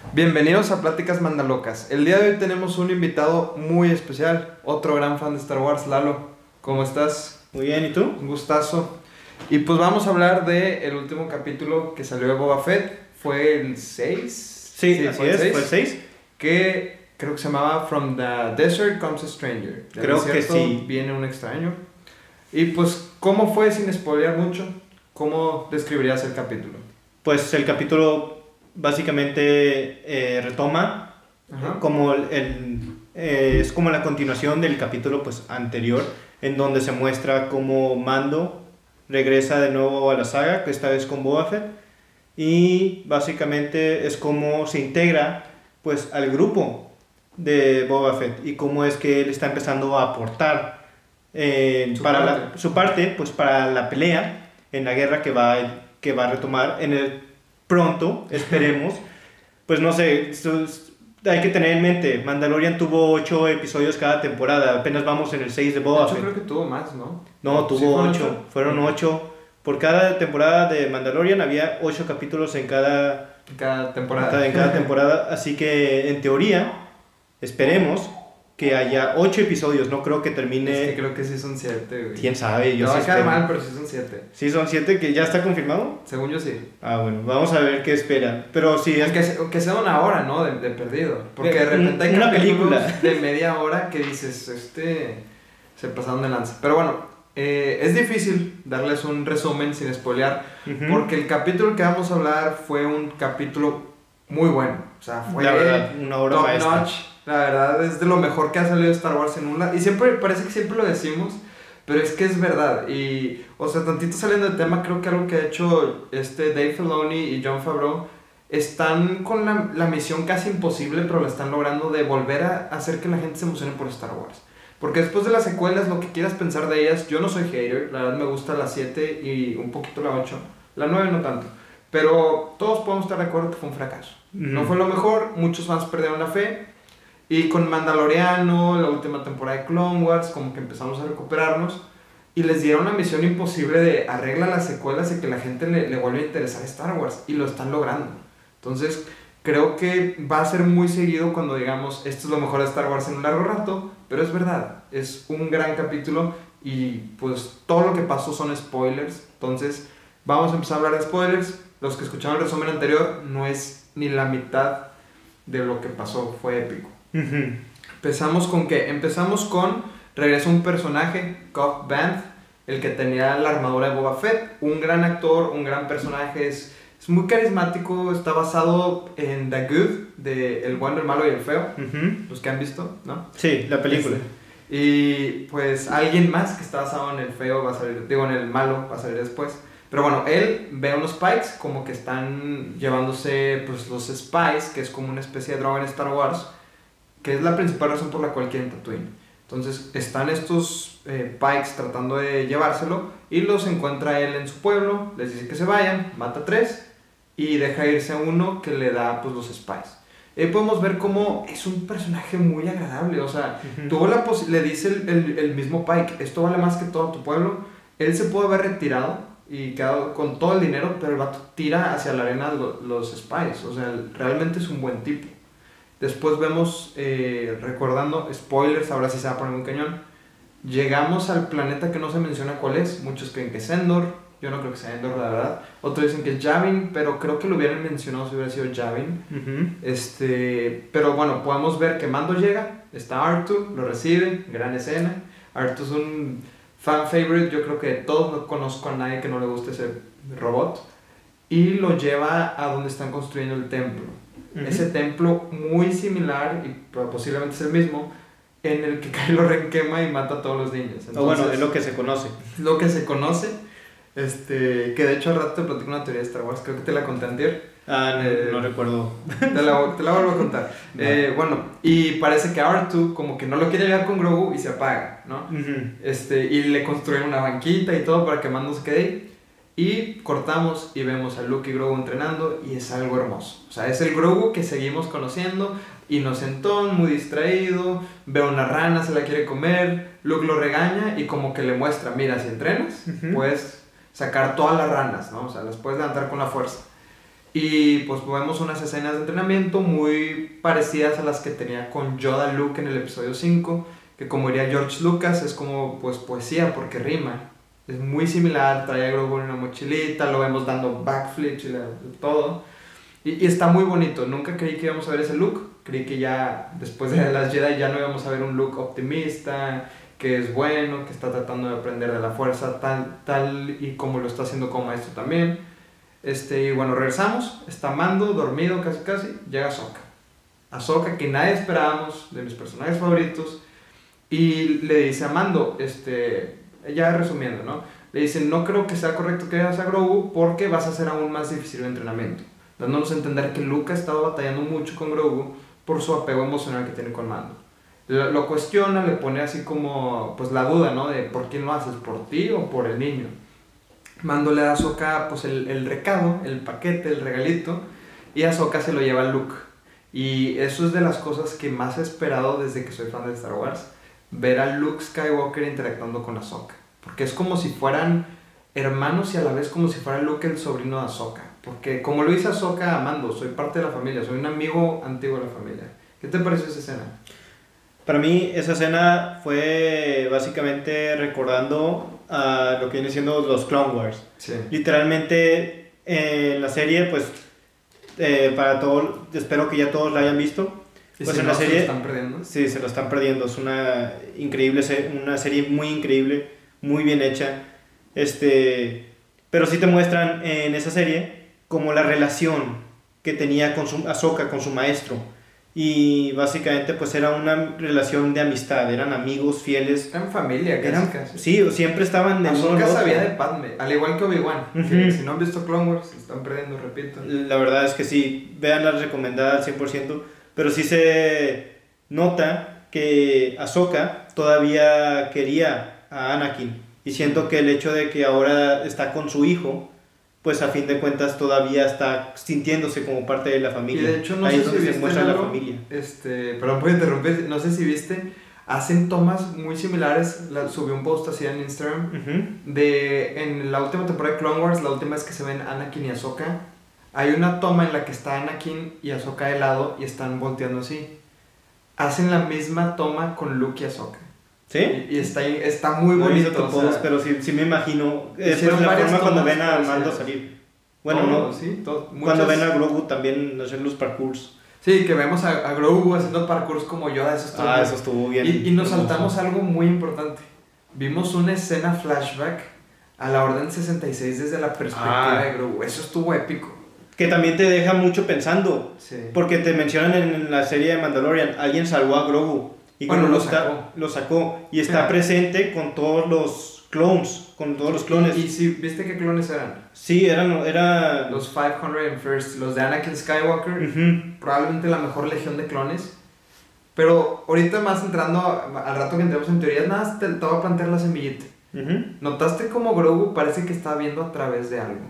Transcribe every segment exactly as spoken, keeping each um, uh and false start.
Bienvenidos a Pláticas Mandalocas. El día de hoy tenemos un invitado muy especial, otro gran fan de Star Wars, Lalo. ¿Cómo estás? Muy bien, ¿y tú? Un gustazo. Y pues vamos a hablar del último capítulo que salió de Boba Fett. Fue el seis. Sí, sí, así fue es, el fue el seis. Que creo que se llamaba From the Desert Comes a Stranger. Del creo que sí. Viene un extraño. Y pues, ¿cómo fue, sin spoilear mucho? ¿Cómo describirías el capítulo? Pues el capítulo básicamente eh, retoma Ajá. como el, el eh, es como la continuación del capítulo pues anterior, en donde se muestra cómo Mando regresa de nuevo a la saga, que esta vez con Boba Fett, y básicamente es cómo se integra pues al grupo de Boba Fett y cómo es que él está empezando a aportar eh, su, para parte. La, su parte pues para la pelea en la guerra que va, que va a retomar en el pronto, esperemos. Pues no sé, hay que tener en mente, Mandalorian tuvo ocho episodios cada temporada, apenas vamos en el seis de Boba Fett. Yo creo que tuvo más, ¿no? No, tuvo ¿Sí fueron ocho, ocho? fueron ocho. Por cada temporada de Mandalorian había ocho capítulos en cada, en cada temporada. Cada, en cada temporada, así que en teoría, esperemos que haya ocho episodios, no creo que termine... Es que creo que sí son siete, güey. ¿Quién sabe? Yo no, sí va a quedar mal, pero sí son siete. ¿Sí son siete? ¿Que ya está confirmado? Según yo sí. Ah, bueno, vamos a ver qué esperan. Pero sí... Es... Que, que sea una hora, ¿no? De, de perdido. Porque de repente hay una película de media hora que dices, este... se pasaron de lanza. Pero bueno, eh, es difícil darles un resumen sin spoilear, uh-huh. porque el capítulo que vamos a hablar fue un capítulo muy bueno. O sea, fue la verdad, una obra top maestra. notch. La verdad es de lo mejor que ha salido Star Wars en un lado. Y siempre, parece que siempre lo decimos, pero es que es verdad. Y, o sea, tantito saliendo del tema, creo que algo que ha hecho este Dave Filoni y Jon Favreau están con la, la misión casi imposible, pero lo están logrando, de volver a hacer que la gente se emocione por Star Wars. Porque después de las secuelas, lo que quieras pensar de ellas, yo no soy hater, la verdad me gusta la siete y un poquito la ocho, la nueve no tanto. Pero todos podemos estar de acuerdo que fue un fracaso. Mm. No fue lo mejor, muchos fans perdieron la fe. Y con Mandaloriano, la última temporada de Clone Wars, como que empezamos a recuperarnos. Y les dieron la misión imposible de arreglar las secuelas y que la gente le, le vuelva a interesar a Star Wars. Y lo están logrando. Entonces, creo que va a ser muy seguido cuando digamos, esto es lo mejor de Star Wars en un largo rato. Pero es verdad, es un gran capítulo. Y pues todo lo que pasó son spoilers. Entonces, vamos a empezar a hablar de spoilers. Los que escucharon el resumen anterior, no es ni la mitad de lo que pasó. Fue épico. Uh-huh. Empezamos con qué? Empezamos con regresa un personaje, Cobb Vanth, el que tenía la armadura de Boba Fett, un gran actor, un gran personaje, es, es muy carismático, está basado en The Good, de El Bueno, el Malo y el Feo, uh-huh. los que han visto, ¿no? Sí, la película. Sí. Y pues alguien más que está basado en el feo va a salir, digo en el malo va a salir después. Pero bueno, él ve unos Pikes como que están llevándose pues los Spies, que es como una especie de droga en Star Wars, que es la principal razón por la cual quieren Tatooine. Entonces están estos eh, Pikes tratando de llevárselo y los encuentra él en su pueblo, les dice que se vayan, mata a tres y deja irse a uno que le da pues los Spies. Ahí podemos ver cómo es un personaje muy agradable, o sea, uh-huh. tuvo la posi- le dice el, el, el mismo Pike, esto vale más que todo tu pueblo. Él se pudo haber retirado y quedado con todo el dinero, pero el vato tira hacia la arena los, los Spies, o sea, realmente es un buen tipo. Después vemos, eh, recordando, spoilers, ahora sí se va a poner un cañón. Llegamos al planeta que no se menciona cuál es. Muchos creen que es Endor. Yo no creo que sea Endor, la verdad. Otros dicen que es Yavin, pero creo que lo hubieran mencionado si hubiera sido Yavin. Uh-huh. Este, pero bueno, podemos ver que Mando llega. Está R dos, lo recibe. Gran escena. R dos es un fan favorite. Yo creo que todos, no conozco a nadie que no le guste ese robot. Y lo lleva a donde están construyendo el templo. Uh-huh. Ese templo muy similar, y posiblemente es el mismo, en el que Kylo Ren quema y mata a todos los niños. Entonces, oh, bueno, es lo que se conoce. Lo que se conoce, este, que de hecho al rato te platico una teoría de Star Wars, creo que te la conté antier. Ah, no, eh, no recuerdo. Te la, te la vuelvo a contar. No. Eh, bueno, y parece que R dos como que no lo quiere llevar con Grogu y se apaga, ¿no? Uh-huh. Este, y le construyen una banquita y todo para que Mando se quede ahí. Y cortamos y vemos a Luke y Grogu entrenando y es algo hermoso. O sea, es el Grogu que seguimos conociendo, inocentón, muy distraído, ve a una rana, se la quiere comer, Luke lo regaña y como que le muestra, mira, si entrenas, uh-huh. puedes sacar todas las ranas, ¿no? O sea, las puedes levantar con la fuerza. Y pues vemos unas escenas de entrenamiento muy parecidas a las que tenía con Yoda Luke en el episodio cinco, que como diría George Lucas es como pues poesía porque rima. Es muy similar, trae a Grogu en una mochilita, lo vemos dando backflips y la- todo. Y, y está muy bonito, nunca creí que íbamos a ver ese look, creí que ya después de las Jedi ya no íbamos a ver un look optimista, que es bueno, que está tratando de aprender de la fuerza tal, tal y como lo está haciendo como maestro también. Este, y bueno, regresamos, está Mando dormido casi casi, llega Ahsoka. Ahsoka que nadie esperábamos, de mis personajes favoritos, y le dice a Mando, este, ya resumiendo, ¿no? Le dice, no creo que sea correcto que hagas a Grogu porque vas a hacer aún más difícil el entrenamiento, dándonos a entender que Luke ha estado batallando mucho con Grogu por su apego emocional que tiene con Mando. Lo, lo cuestiona, le pone así como, pues la duda, ¿no? De por quién lo haces, por ti o por el niño. Mando le da a Ahsoka pues el, el recado, el paquete, el regalito, y Ahsoka se lo lleva a Luke. Y eso es de las cosas que más he esperado desde que soy fan de Star Wars, ver a Luke Skywalker interactuando con Ahsoka. Porque es como si fueran hermanos y a la vez como si fuera Luke el sobrino de Ahsoka. Porque como lo dice Ahsoka a Mando, soy parte de la familia, soy un amigo antiguo de la familia. ¿Qué te pareció esa escena? Para mí esa escena fue básicamente recordando a lo que viene siendo los Clone Wars. Sí. Literalmente en la serie, pues eh, para todo, espero que ya todos la hayan visto. ¿Y Pues si en no, la se serie, lo están perdiendo? Sí, se lo están perdiendo. Es una increíble, se- una serie muy increíble, muy bien hecha. Este, pero sí te muestran en esa serie como la relación que tenía con su Ahsoka, con su maestro. Y básicamente pues era una relación de amistad, eran amigos fieles. Eran familia, casi Eran, casi. sí, siempre estaban de uno Ahsoka al otro. sabía de Padme, al igual que Obi-Wan. Ujú. Que si no han visto Clone Wars, se están perdiendo, repito. La verdad es que sí, vean las recomendadas al cien por ciento, pero sí se nota que Ahsoka todavía quería a Anakin. Y siento que el hecho de que ahora está con su hijo, pues a fin de cuentas todavía está sintiéndose como parte de la Y familia. de hecho, no Ahí sé es donde si se viste muestra la algo, familia. este, perdón por interrumpir, no sé si viste, hacen tomas muy similares, la, subí un post así en Instagram, Ujú. de, en la última temporada de Clone Wars, la última vez que se ven Anakin y Ahsoka, hay una toma en la que está Anakin y Ahsoka de lado y están volteando así. Hacen la misma toma con Luke y Ahsoka. ¿Sí? Y, y está, ahí- está muy No he bonito. visto o todos, sea, pero sí, sí me imagino. Es hicieron pues la varias forma cuando tomas ven a parecidas. Mando salir. Bueno, todo, no. sí, todo, Cuando muchas- ven a Grogu también hacer los parkours. Sí, que vemos a, a Grogu haciendo parkours como Yoda, eso estuvo Ah, muy- eso estuvo bien. Y, y nos hermoso. saltamos algo muy importante. Vimos una escena flashback a la Orden sesenta y seis desde la perspectiva Ah. de Grogu. Eso estuvo épico. Que también te deja mucho pensando. Sí. Porque te mencionan en la serie de Mandalorian, alguien salvó a Grogu. Y Bueno, Grogu lo está- sacó. lo sacó. Y está Ah. presente con todos los clones. Con todos los clones. Y, y sí, ¿viste qué clones eran? Sí, eran... Era... Los quinientos First, los de Anakin Skywalker. Ujú. Probablemente la mejor legión de clones. Pero ahorita más entrando a- al rato que entremos en teorías, nada, más te, te voy a plantear la semillita. Ujú. ¿Notaste cómo Grogu parece que está viendo a través de algo?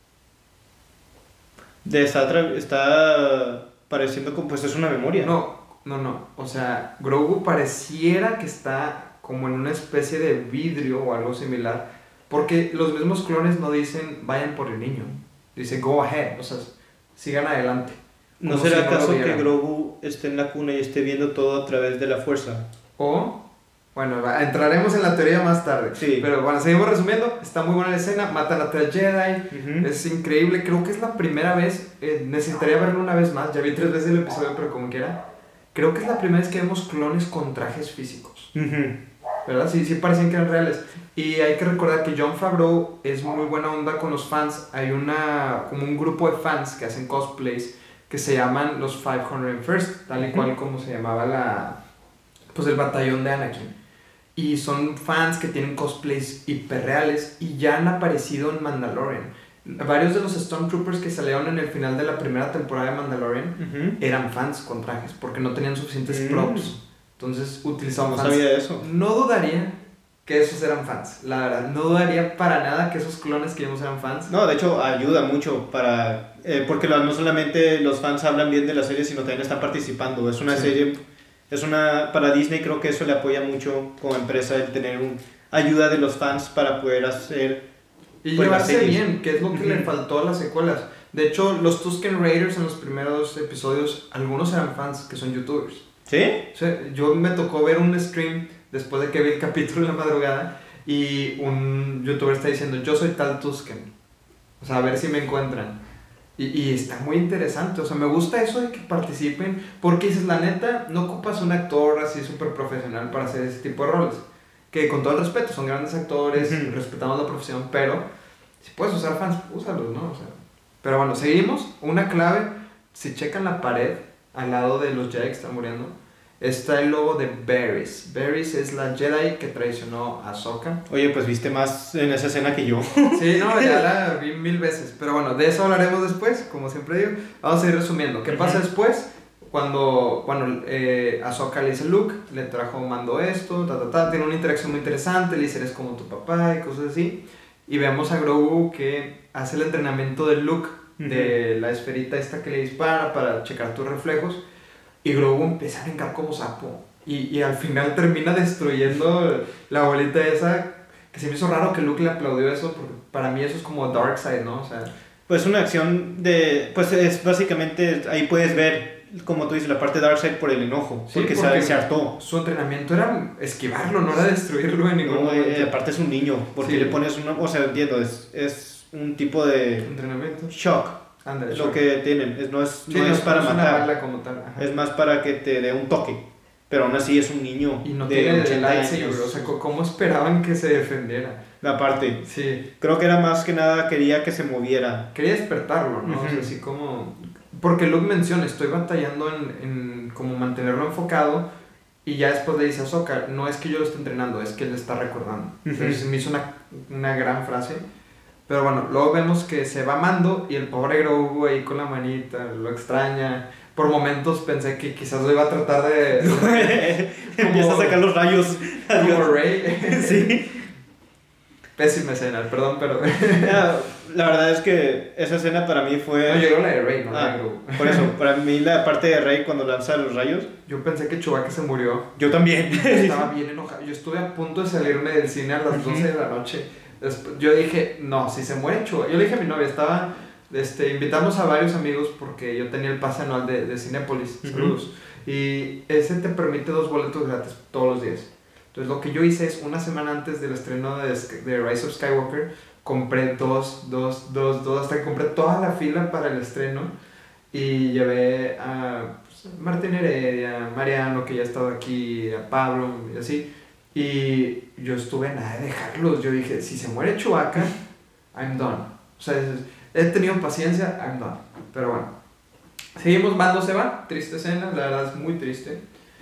De está, atra- está pareciendo como... Pues es una memoria. No, no, no. O sea, Grogu pareciera que está como en una especie de vidrio o algo similar. Porque los mismos clones no dicen vayan por el niño. Dicen go ahead. O sea, sigan adelante. ¿No Como será si no lo acaso que vieran. Grogu esté en la cuna y esté viendo todo a través de la fuerza? O, bueno, va- entraremos en la teoría más tarde. Sí. Pero bueno, seguimos resumiendo. Está muy buena la escena. Matan a tres Jedi. Ujú. Es increíble. Creo que es la primera vez. eh, necesitaría verlo una vez más. Ya vi tres veces el episodio, pero como quiera. Creo que es la primera vez que vemos clones con trajes físicos. Ujú. ¿Verdad? Sí, sí parecían que eran reales. Y hay que recordar que Jon Favreau es muy buena onda con los fans. Hay una, como un grupo de fans que hacen cosplays que se llaman los quinientos First, tal y cual como se llamaba la, pues el batallón de Anakin. Y son fans que tienen cosplays hiperreales y ya han aparecido en Mandalorian. Varios de los Stormtroopers que salieron en el final de la primera temporada de Mandalorian Ujú. eran fans con trajes porque no tenían suficientes Mm. props. Entonces utilizaban No fans. sabía eso. No dudaría que esos eran fans, la verdad. No dudaría para nada que esos clones que vimos eran fans. No, de hecho ayuda mucho para... eh, porque lo- no solamente los fans hablan bien de la serie, sino también están participando. Es una Sí. serie... Es una... Para Disney creo que eso le apoya mucho como empresa el tener un, ayuda de los fans para poder hacer... Y pues, las llevarse series. bien, que es lo que Ujú. le faltó a las secuelas. De hecho, los Tusken Raiders en los primeros episodios, algunos eran fans que son youtubers. ¿Sí? O sea, yo me tocó ver un stream después de que vi el capítulo en la madrugada y un youtuber está diciendo, yo soy tal Tusken. O sea, a ver si me encuentran. Y, y está muy interesante, o sea, me gusta eso de que participen, porque dices, la neta, no ocupas un actor así súper profesional para hacer ese tipo de roles. Que con todo el respeto, son grandes actores, uh-huh. respetamos la profesión, pero si puedes usar fans, úsalos, ¿no? O sea, pero bueno, seguimos. Una clave, si checan la pared al lado de los Jedi que están muriendo, está el logo de Varys. Varys es la Jedi que traicionó a Ahsoka. Oye, pues viste más en esa escena que yo. Sí, no, ya la vi mil veces. Pero bueno, de eso hablaremos después, como siempre digo. Vamos a ir resumiendo. ¿Qué uh-huh. pasa después? Cuando, bueno, eh, Ahsoka le dice a Luke, le trajo Mando esto, ta, ta, ta. Tiene una interacción muy interesante, le dice, eres como tu papá y cosas así. Y vemos a Grogu que hace el entrenamiento de Luke, uh-huh. de la esferita esta que le dispara para checar tus reflejos. Y Grogu empieza a brincar como sapo. Y, y al final termina destruyendo la bolita esa. Que se me hizo raro que Luke le aplaudió eso. Porque para mí eso es como Darkseid, ¿no? O sea, pues una acción de... Pues es básicamente... Ahí puedes ver, como tú dices, la parte de Darkseid por el enojo. Sí, porque, porque se, se hartó. Su entrenamiento era esquivarlo, no era destruirlo en ningún no, momento. Eh, aparte es un niño. Porque sí. le pones una... O sea, entiendo, es, es un tipo de... entrenamiento. Shock. Andale, lo que tienen, es, no es, sí, no no es para es matar, bala como tal. Es más para que te dé un toque, pero aún así es un niño y no de tiene ochenta de años. O sea, ¿cómo esperaban que se defendiera? La parte, sí. Creo que era más que nada quería que se moviera. Quería despertarlo, ¿no? Uh-huh. O sea, así como... Porque Luke menciona, estoy batallando en, en como mantenerlo enfocado y ya después le dice a Ahsoka, no es que yo lo esté entrenando, es que él le está recordando. Uh-huh. Entonces me hizo una, una gran frase. Pero bueno, luego vemos que se va Mando y el pobre Grogu ahí con la manita, lo extraña. Por momentos pensé que quizás lo iba a tratar de... Empieza a sacar los rayos. Como Rey. Sí. Pésima escena, perdón, pero... la, la verdad es que esa escena para mí fue... No, yo digo la de Rey, no ah, la de Grogu. Por eso, para mí la parte de Rey cuando lanza los rayos... Yo pensé que Chewbacca se murió. Yo también. Estaba bien enojado. Yo estuve a punto de salirme del cine a las doce de la noche. Yo dije, no, si se muere Chewbacca. Yo le dije a mi novia, estaba, este, invitamos a varios amigos porque yo tenía el pase anual de, de Cinépolis, uh-huh. saludos, y ese te permite dos boletos gratis todos los días. Entonces lo que yo hice es, una semana antes del estreno de, de Rise of Skywalker, compré dos, dos, dos, dos, hasta que compré toda la fila para el estreno y llevé a pues, Martín Heredia, Mariano, que ya estaba aquí, a Pablo y así. Y yo estuve nada de dejarlos. Yo dije, si se muere Chewbacca, I'm done. O sea, he tenido paciencia, I'm done. Pero bueno. Seguimos, Mando se va. Triste escena, la verdad es muy triste.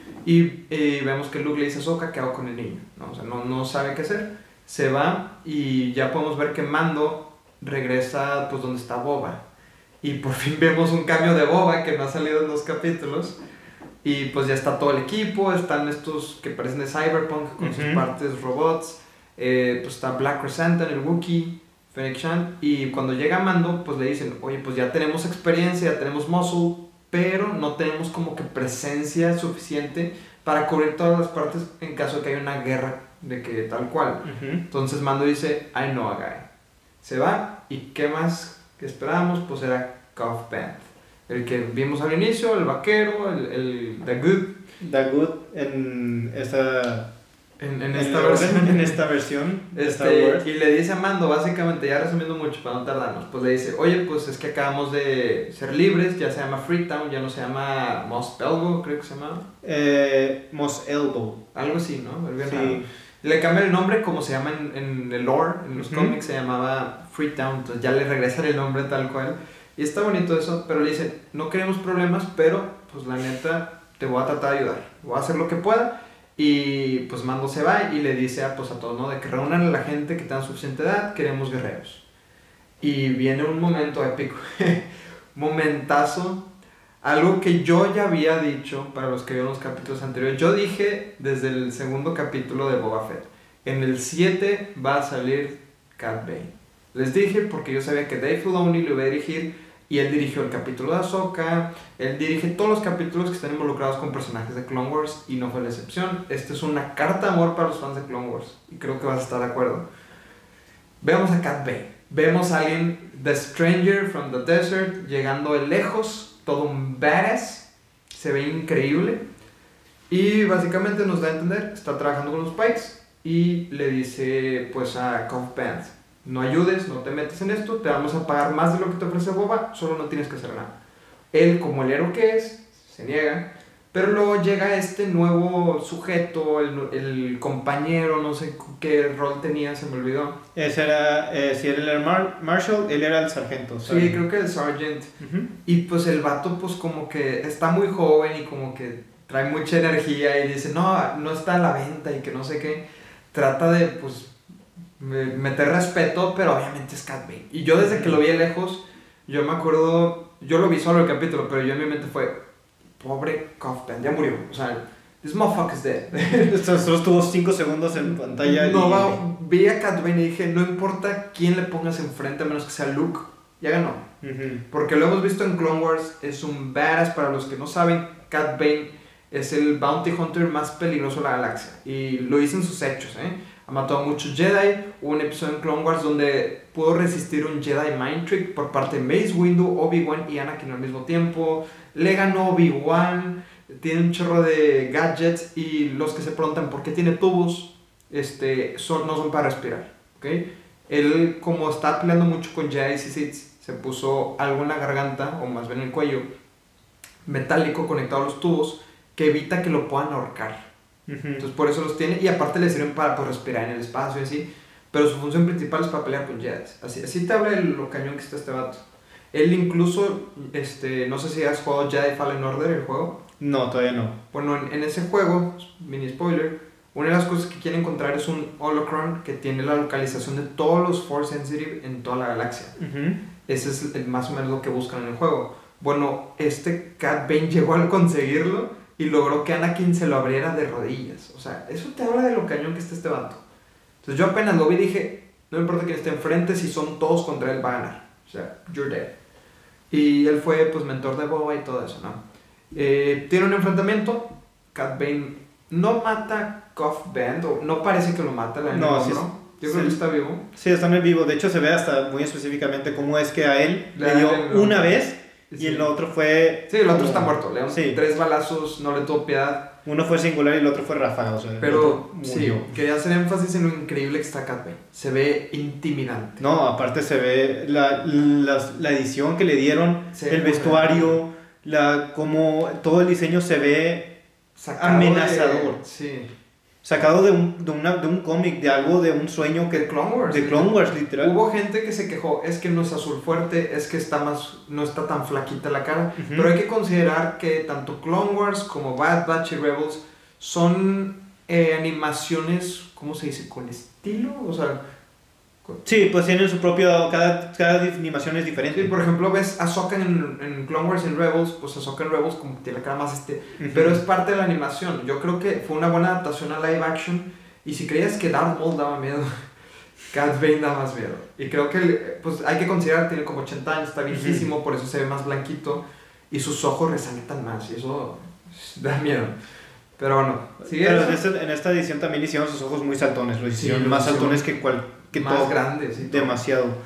Y eh, vemos que Luke le dice a Ahsoka que hago con el niño. ¿no? O sea, no, no sabe qué hacer. Se va y ya podemos ver que Mando regresa pues donde está Boba. Y por fin vemos un cambio de Boba que no ha salido en los capítulos. Y pues ya está todo el equipo, están estos que parecen de Cyberpunk con uh-huh. sus partes robots, eh, pues está Black Krrsantan, el Wookiee, Fennec Shand, y cuando llega Mando, pues le dicen, oye, pues ya tenemos experiencia, ya tenemos muscle, pero no tenemos como que presencia suficiente para cubrir todas las partes en caso de que haya una guerra de que tal cual. Uh-huh. Entonces Mando dice, I know a guy. Se va, y ¿qué más que esperábamos? Pues era Cobb Vanth. El que vimos al inicio, el vaquero, el, el The Good. The Good en esta, en, en en esta el, versión. En esta versión este, y le dice a Mando, básicamente, ya resumiendo mucho para no tardarnos, pues le dice, oye, pues es que acabamos de ser libres, ya se llama Freetown, ya no se llama Mos Pelgo, creo que se llama. Eh, Mos Elbo. Algo así, ¿no? Sí. Le cambia el nombre como se llama en, en el lore, en los uh-huh. cómics se llamaba Freetown, entonces ya le regresan el nombre tal cual. Y está bonito eso, pero le dicen, no queremos problemas, pero pues la neta te voy a tratar de ayudar, voy a hacer lo que pueda. Y pues Mando se va y le dice a, pues, a todos, ¿no? De que reúnan a la gente que tenga suficiente edad, queremos guerreros. Y viene un momento épico, momentazo, algo que yo ya había dicho para los que vieron los capítulos anteriores. Yo dije desde el segundo capítulo de Boba Fett, en el siete va a salir Cad Bane. Les dije porque yo sabía que Dave Filoni lo iba a dirigir. Y él dirigió el capítulo de Ahsoka, él dirige todos los capítulos que están involucrados con personajes de Clone Wars y no fue la excepción. Esta es una carta de amor para los fans de Clone Wars y creo que vas a estar de acuerdo. Vemos a Cad Bane, vemos a alguien The Stranger from the Desert, llegando de lejos, todo un badass, se ve increíble. Y básicamente nos da a entender, está trabajando con los Pikes y le dice pues a Cough Band, no ayudes, no te metes en esto, te vamos a pagar más de lo que te ofrece Boba, solo no tienes que hacer nada. Él, como el héroe que es, se niega, pero luego llega este nuevo sujeto, el, el compañero, no sé qué rol tenía, se me olvidó. Ese era, eh, si él era el Mar Marshall, él era el sargento. Sí, ¿sabes? Creo que el Sergeant. Uh-huh. Y pues el vato pues como que está muy joven y como que trae mucha energía y dice, no, no está a la venta y que no sé qué. Trata de pues meter respeto, pero obviamente es Cad Bane. Y yo desde que lo vi de lejos, yo me acuerdo, yo lo vi solo el capítulo, pero yo en mi mente fue, pobre Cough Band, ya murió. O sea, this motherfucker's dead. Solo estuvo cinco segundos en pantalla. No, y... va, vi a Cad Bane y dije, no importa quién le pongas enfrente, a menos que sea Luke, ya ganó. Uh-huh. Porque lo hemos visto en Clone Wars, es un badass. Para los que no saben, Cad Bane es el bounty hunter más peligroso de la galaxia. Y lo hizo en sus hechos, ¿eh? Ha matado a muchos Jedi. Hubo un episodio en Clone Wars donde pudo resistir un Jedi Mind Trick por parte de Mace Windu, Obi-Wan y Anakin al mismo tiempo. Le ganó Obi-Wan. Tiene un chorro de gadgets. Y los que se preguntan por qué tiene tubos, este, son, no son para respirar, ¿okay? Él, como está peleando mucho con Jedi y Sith, se puso algo en la garganta, o más bien en el cuello, metálico conectado a los tubos, que evita que lo puedan ahorcar. Uh-huh. Entonces por eso los tiene, y aparte le sirven para pues, respirar en el espacio y así, pero su función principal es para pelear con Jedi. Así, así te habla de lo cañón que está este vato. Él incluso, este, no sé si has jugado Jedi Fallen Order, el juego. No, todavía no. Bueno, en, en ese juego, mini spoiler, una de las cosas que quiere encontrar es un holocron que tiene la localización de todos los Force Sensitive en toda la galaxia. Uh-huh. Ese es el, más o menos lo que buscan en el juego. Bueno, este Cad Bane llegó a conseguirlo y logró que Anakin se lo abriera de rodillas. O sea, eso te habla de lo cañón que está este vato. Entonces yo apenas lo vi y dije, no me importa quién esté enfrente, si son todos contra él va a ganar. O sea, you're dead. Y él fue pues mentor de Boba y todo eso, ¿no? Eh, tiene un enfrentamiento, Cad Bane no mata a Cough Band, o no parece que lo mata la no, sí, ¿no? Yo creo sí, que está vivo. Sí, está muy vivo. De hecho se ve hasta muy específicamente cómo es que a él le, le dio le una vez sí. y el otro fue... Sí, el otro como... está muerto. Le sí. tres balazos, no le tuvo piedad. Uno fue singular y el otro fue ráfaga. O sea, pero sí, quería hacer énfasis en lo increíble que está Cad Bane. Se ve intimidante. No, aparte se ve la, la, la edición que le dieron, el vestuario, la, como todo el diseño se ve sacado amenazador. De... Sí. Sacado de un, de una, de un cómic, de algo, de un sueño que... De Clone Wars. De Clone Wars, literal. Hubo gente que se quejó, es que no es azul fuerte, es que está más, no está tan flaquita la cara. Uh-huh. Pero hay que considerar que tanto Clone Wars como Bad Batch y Rebels son eh, animaciones, ¿cómo se dice? ¿Con estilo? O sea... Con... Sí, pues tienen su propio... Cada, cada animación es diferente. Sí, por ejemplo, ves a Ahsoka en, en Clone Wars y en Rebels, pues Ahsoka en Rebels como que tiene la cara más este... Uh-huh. Pero es parte de la animación. Yo creo que fue una buena adaptación a live action. Y si creías que Darth Maul daba miedo, Cad Bane da más miedo. Y creo que, pues hay que considerar, tiene como ochenta años, está viejísimo, uh-huh. por eso se ve más blanquito. Y sus ojos resaltan más, y eso da miedo. Pero bueno, sigue. Pero en esta, en esta edición también hicieron sus ojos muy saltones, lo hicieron sí, más saltones que cual que más todo, grandes. Y demasiado. Todo.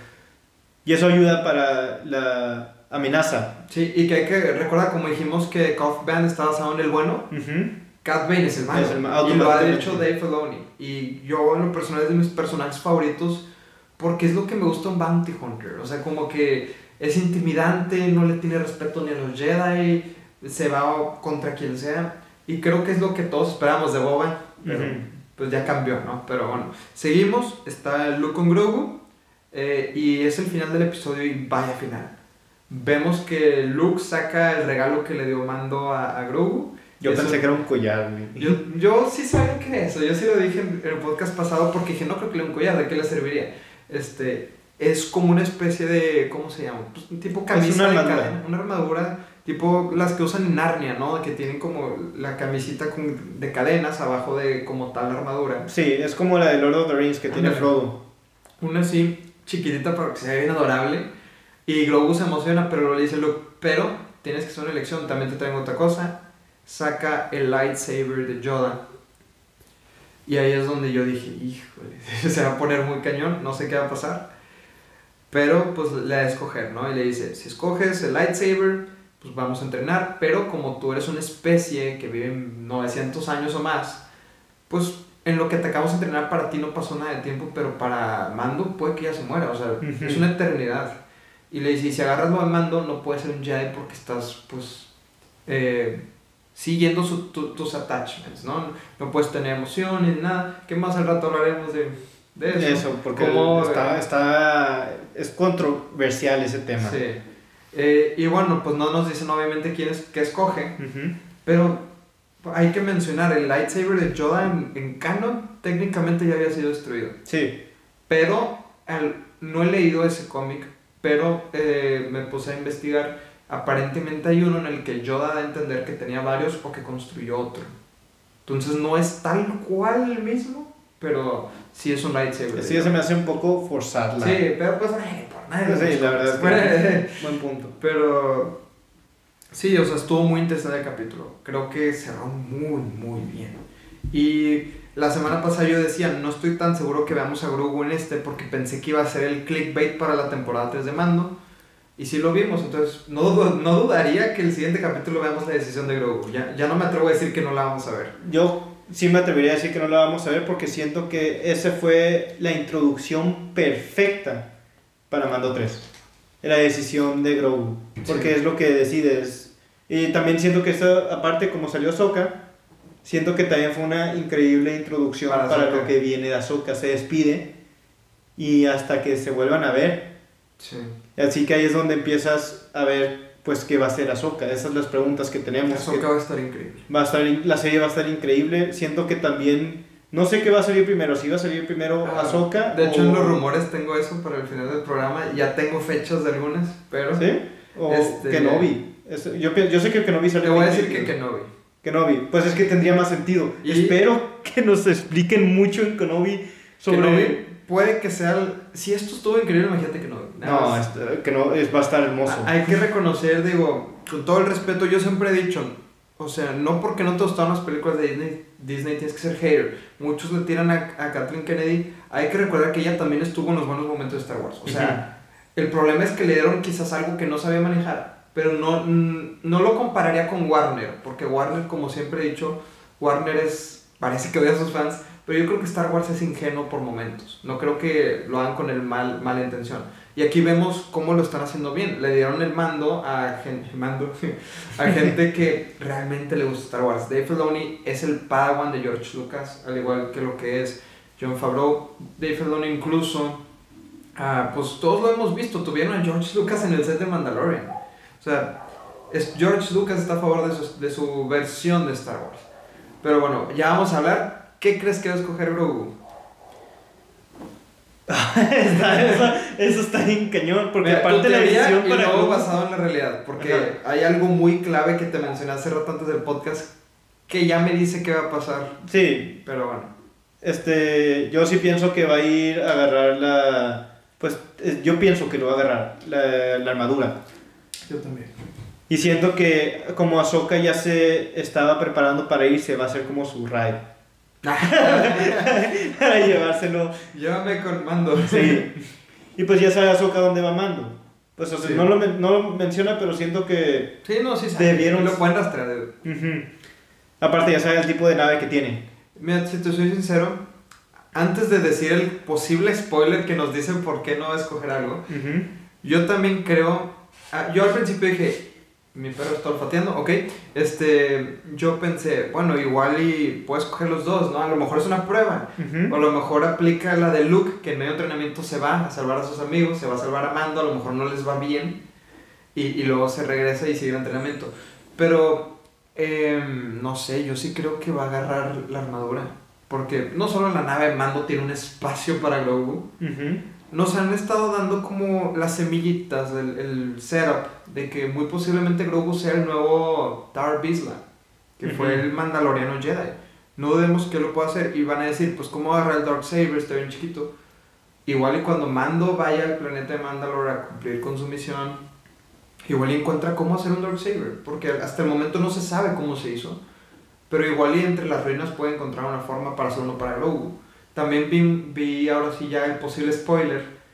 Y eso ayuda para la amenaza. Sí, y que hay que recordar, como dijimos, que Cough Band está basado en el bueno. Uh-huh. Cad Bane es el malo. Es el ma- y lo ha hecho Dave Filoni. Y yo, en lo personal, es de mis personajes favoritos porque es lo que me gusta un Bounty Hunter. O sea, como que es intimidante, no le tiene respeto ni a los Jedi, se va contra quien sea. Y creo que es lo que todos esperamos de Boba. Pero uh-huh. pues ya cambió, ¿no? Pero bueno, seguimos. Está Luke con Grogu. Eh, y es el final del episodio y vaya final. Vemos que Luke saca el regalo que le dio Mando a, a Grogu. Yo eso, pensé que era un collar, güey. Yo, yo sí sabía que era eso. Yo sí lo dije en el podcast pasado porque dije, no creo que le dé un collar, ¿de qué le serviría? Este, es como una especie de, ¿cómo se llama? Pues un tipo camisa una de cadena, una armadura tipo las que usan en Narnia, ¿no? Que tienen como la camisita con, de cadenas abajo de como tal armadura. Sí, es como la de Lord of the Rings que ah, tiene Frodo. Una así, chiquitita para que se vea bien adorable. Y Grogu se emociona, pero le dice Luke, pero tienes que hacer una elección, también te traigo otra cosa. Saca el lightsaber de Yoda. Y ahí es donde yo dije, híjole, se va a poner muy cañón, no sé qué va a pasar. Pero pues le da a escoger, ¿no? Y le dice, si escoges el lightsaber, pues vamos a entrenar, pero como tú eres una especie que vive novecientos años o más, pues en lo que te acabamos de entrenar para ti no pasó nada de tiempo, pero para Mando puede que ya se muera, o sea, uh-huh. es una eternidad. Y le dice, y si agarras lo de Mando, no puedes ser un Jedi porque estás, pues, eh, siguiendo su, tu, tus attachments, ¿no? No puedes tener emociones ni nada. ¿Qué más al rato hablaremos de, de eso? Eso, porque Como, está, está, es controversial ese tema. Sí. Eh, y bueno, pues no nos dicen obviamente quién es, qué escoge, uh-huh. pero hay que mencionar, el lightsaber de Yoda en, en canon técnicamente ya había sido destruido. Sí. Pero, el, no he leído ese cómic, pero eh, me puse a investigar. Aparentemente hay uno en el que Yoda da a entender que tenía varios o que construyó otro. Entonces no es tal cual el mismo, pero sí es un lightsaber. Sí, se me hace un poco forzarla. Sí, pero pues ay, por nada. Sí, la verdad es que buen punto. Pero sí, o sea, estuvo muy interesante el capítulo. Creo que cerró muy, muy bien. Y la semana pasada yo decía, no estoy tan seguro que veamos a Grogu en este porque pensé que iba a ser el clickbait para la temporada tres de Mando. Y sí lo vimos, entonces no, no dudaría que el siguiente capítulo veamos la decisión de Grogu. Ya, ya no me atrevo a decir que no la vamos a ver. Yo sí me atrevería a decir que no la vamos a ver porque siento que esa fue la introducción perfecta para Mando tres. La decisión de Grogu, porque sí. Es lo que decides. Y también siento que esta, aparte como salió Ahsoka, siento que también fue una increíble introducción para, para lo que viene de Ahsoka. Se despide y hasta que se vuelvan a ver. Sí. Así que ahí es donde empiezas a ver pues qué va a ser Ahsoka. Esas son las preguntas que tenemos. Ahsoka va a estar increíble. Va a estar, la serie va a estar increíble. Siento que también, no sé qué va a salir primero, si va a salir primero ah, Ahsoka. De hecho o... en los rumores tengo eso para el final del programa. Ya tengo fechas de algunas, pero... ¿Sí? O este... Kenobi. Yo, yo sé que Kenobi sale. Te voy a decir que Kenobi. Kenobi. Pues es que tendría más sentido. ¿Y? Espero que nos expliquen mucho en Kenobi sobre... Kenobi puede que sea... El... Si esto estuvo increíble, imagínate que no. No, este, que no, es, va a estar hermoso. Hay que reconocer, digo, con todo el respeto, yo siempre he dicho, o sea, no porque no te gustaron las películas de Disney, Disney tienes que ser hater. Muchos le tiran a, a Kathleen Kennedy. Hay que recordar que ella también estuvo en los buenos momentos de Star Wars. O sea, uh-huh. el problema es que le dieron quizás algo que no sabía manejar. Pero no, no lo compararía con Warner, porque Warner, como siempre he dicho, Warner es, parece que odia a sus fans, pero yo creo que Star Wars es ingenuo por momentos. No creo que lo hagan con el mal, mala intención. Y aquí vemos cómo lo están haciendo bien. Le dieron el mando a gente, mando, a gente que realmente le gusta Star Wars. Dave Filoni es el Padawan de George Lucas, al igual que lo que es Jon Favreau. Dave Filoni incluso, uh, pues todos lo hemos visto, tuvieron a George Lucas en el set de Mandalorian. O sea, es, George Lucas está a favor de su, de su versión de Star Wars. Pero bueno, ya vamos a hablar. ¿Qué crees que va a escoger Grogu? eso, eso está bien cañón, porque Mira, aparte la edición para para Grogu basado en la realidad, porque ajá. hay algo muy clave que te mencioné hace rato antes del podcast que ya me dice qué va a pasar. Sí, pero bueno. Este, yo sí pienso que va a ir a agarrar la, pues yo pienso que lo va a agarrar la, la armadura. Yo también. Y siento que como Ahsoka ya se estaba preparando para irse, va a ser como su ride. Para llevárselo. Llévame con Mando. Sí. Y pues ya sabe Ahsoka dónde va Mando. Pues o sea, sí. no, lo, no lo menciona, pero siento que sí, no, sí sabe. Debieron... lo pueden rastrear. Uh-huh. Aparte ya sabe el tipo de nave que tiene. Mira, si te soy sincero, antes de decir el posible spoiler que nos dicen por qué no va a escoger algo, uh-huh. yo también creo... Yo al principio dije... Mi perro está olfateando, ok. Este, yo pensé, bueno, igual y puedes coger los dos, ¿no? A lo mejor es una prueba. Uh-huh. O a lo mejor aplica la de Luke, que en medio de entrenamiento se va a salvar a sus amigos, se va a salvar a Mando, a lo mejor no les va bien. Y, y luego se regresa y sigue el entrenamiento. Pero, eh, no sé, yo sí creo que va a agarrar la armadura. Porque no solo la nave de Mando tiene un espacio para Grogu. Uh-huh. Nos han estado dando como las semillitas, el, el setup de que muy posiblemente Grogu sea el nuevo Tar Vizsla, que uh-huh. fue el Mandaloriano Jedi. No dudemos que lo pueda hacer y van a decir, pues cómo agarrar el Darksaber, está bien chiquito. Igual y cuando Mando vaya al planeta de Mandalore a cumplir con su misión, igual y encuentra cómo hacer un Darksaber, porque hasta el momento no se sabe cómo se hizo, pero igual y entre las ruinas puede encontrar una forma para hacer uno para Grogu. También vi, vi ahora sí ya el posible spoiler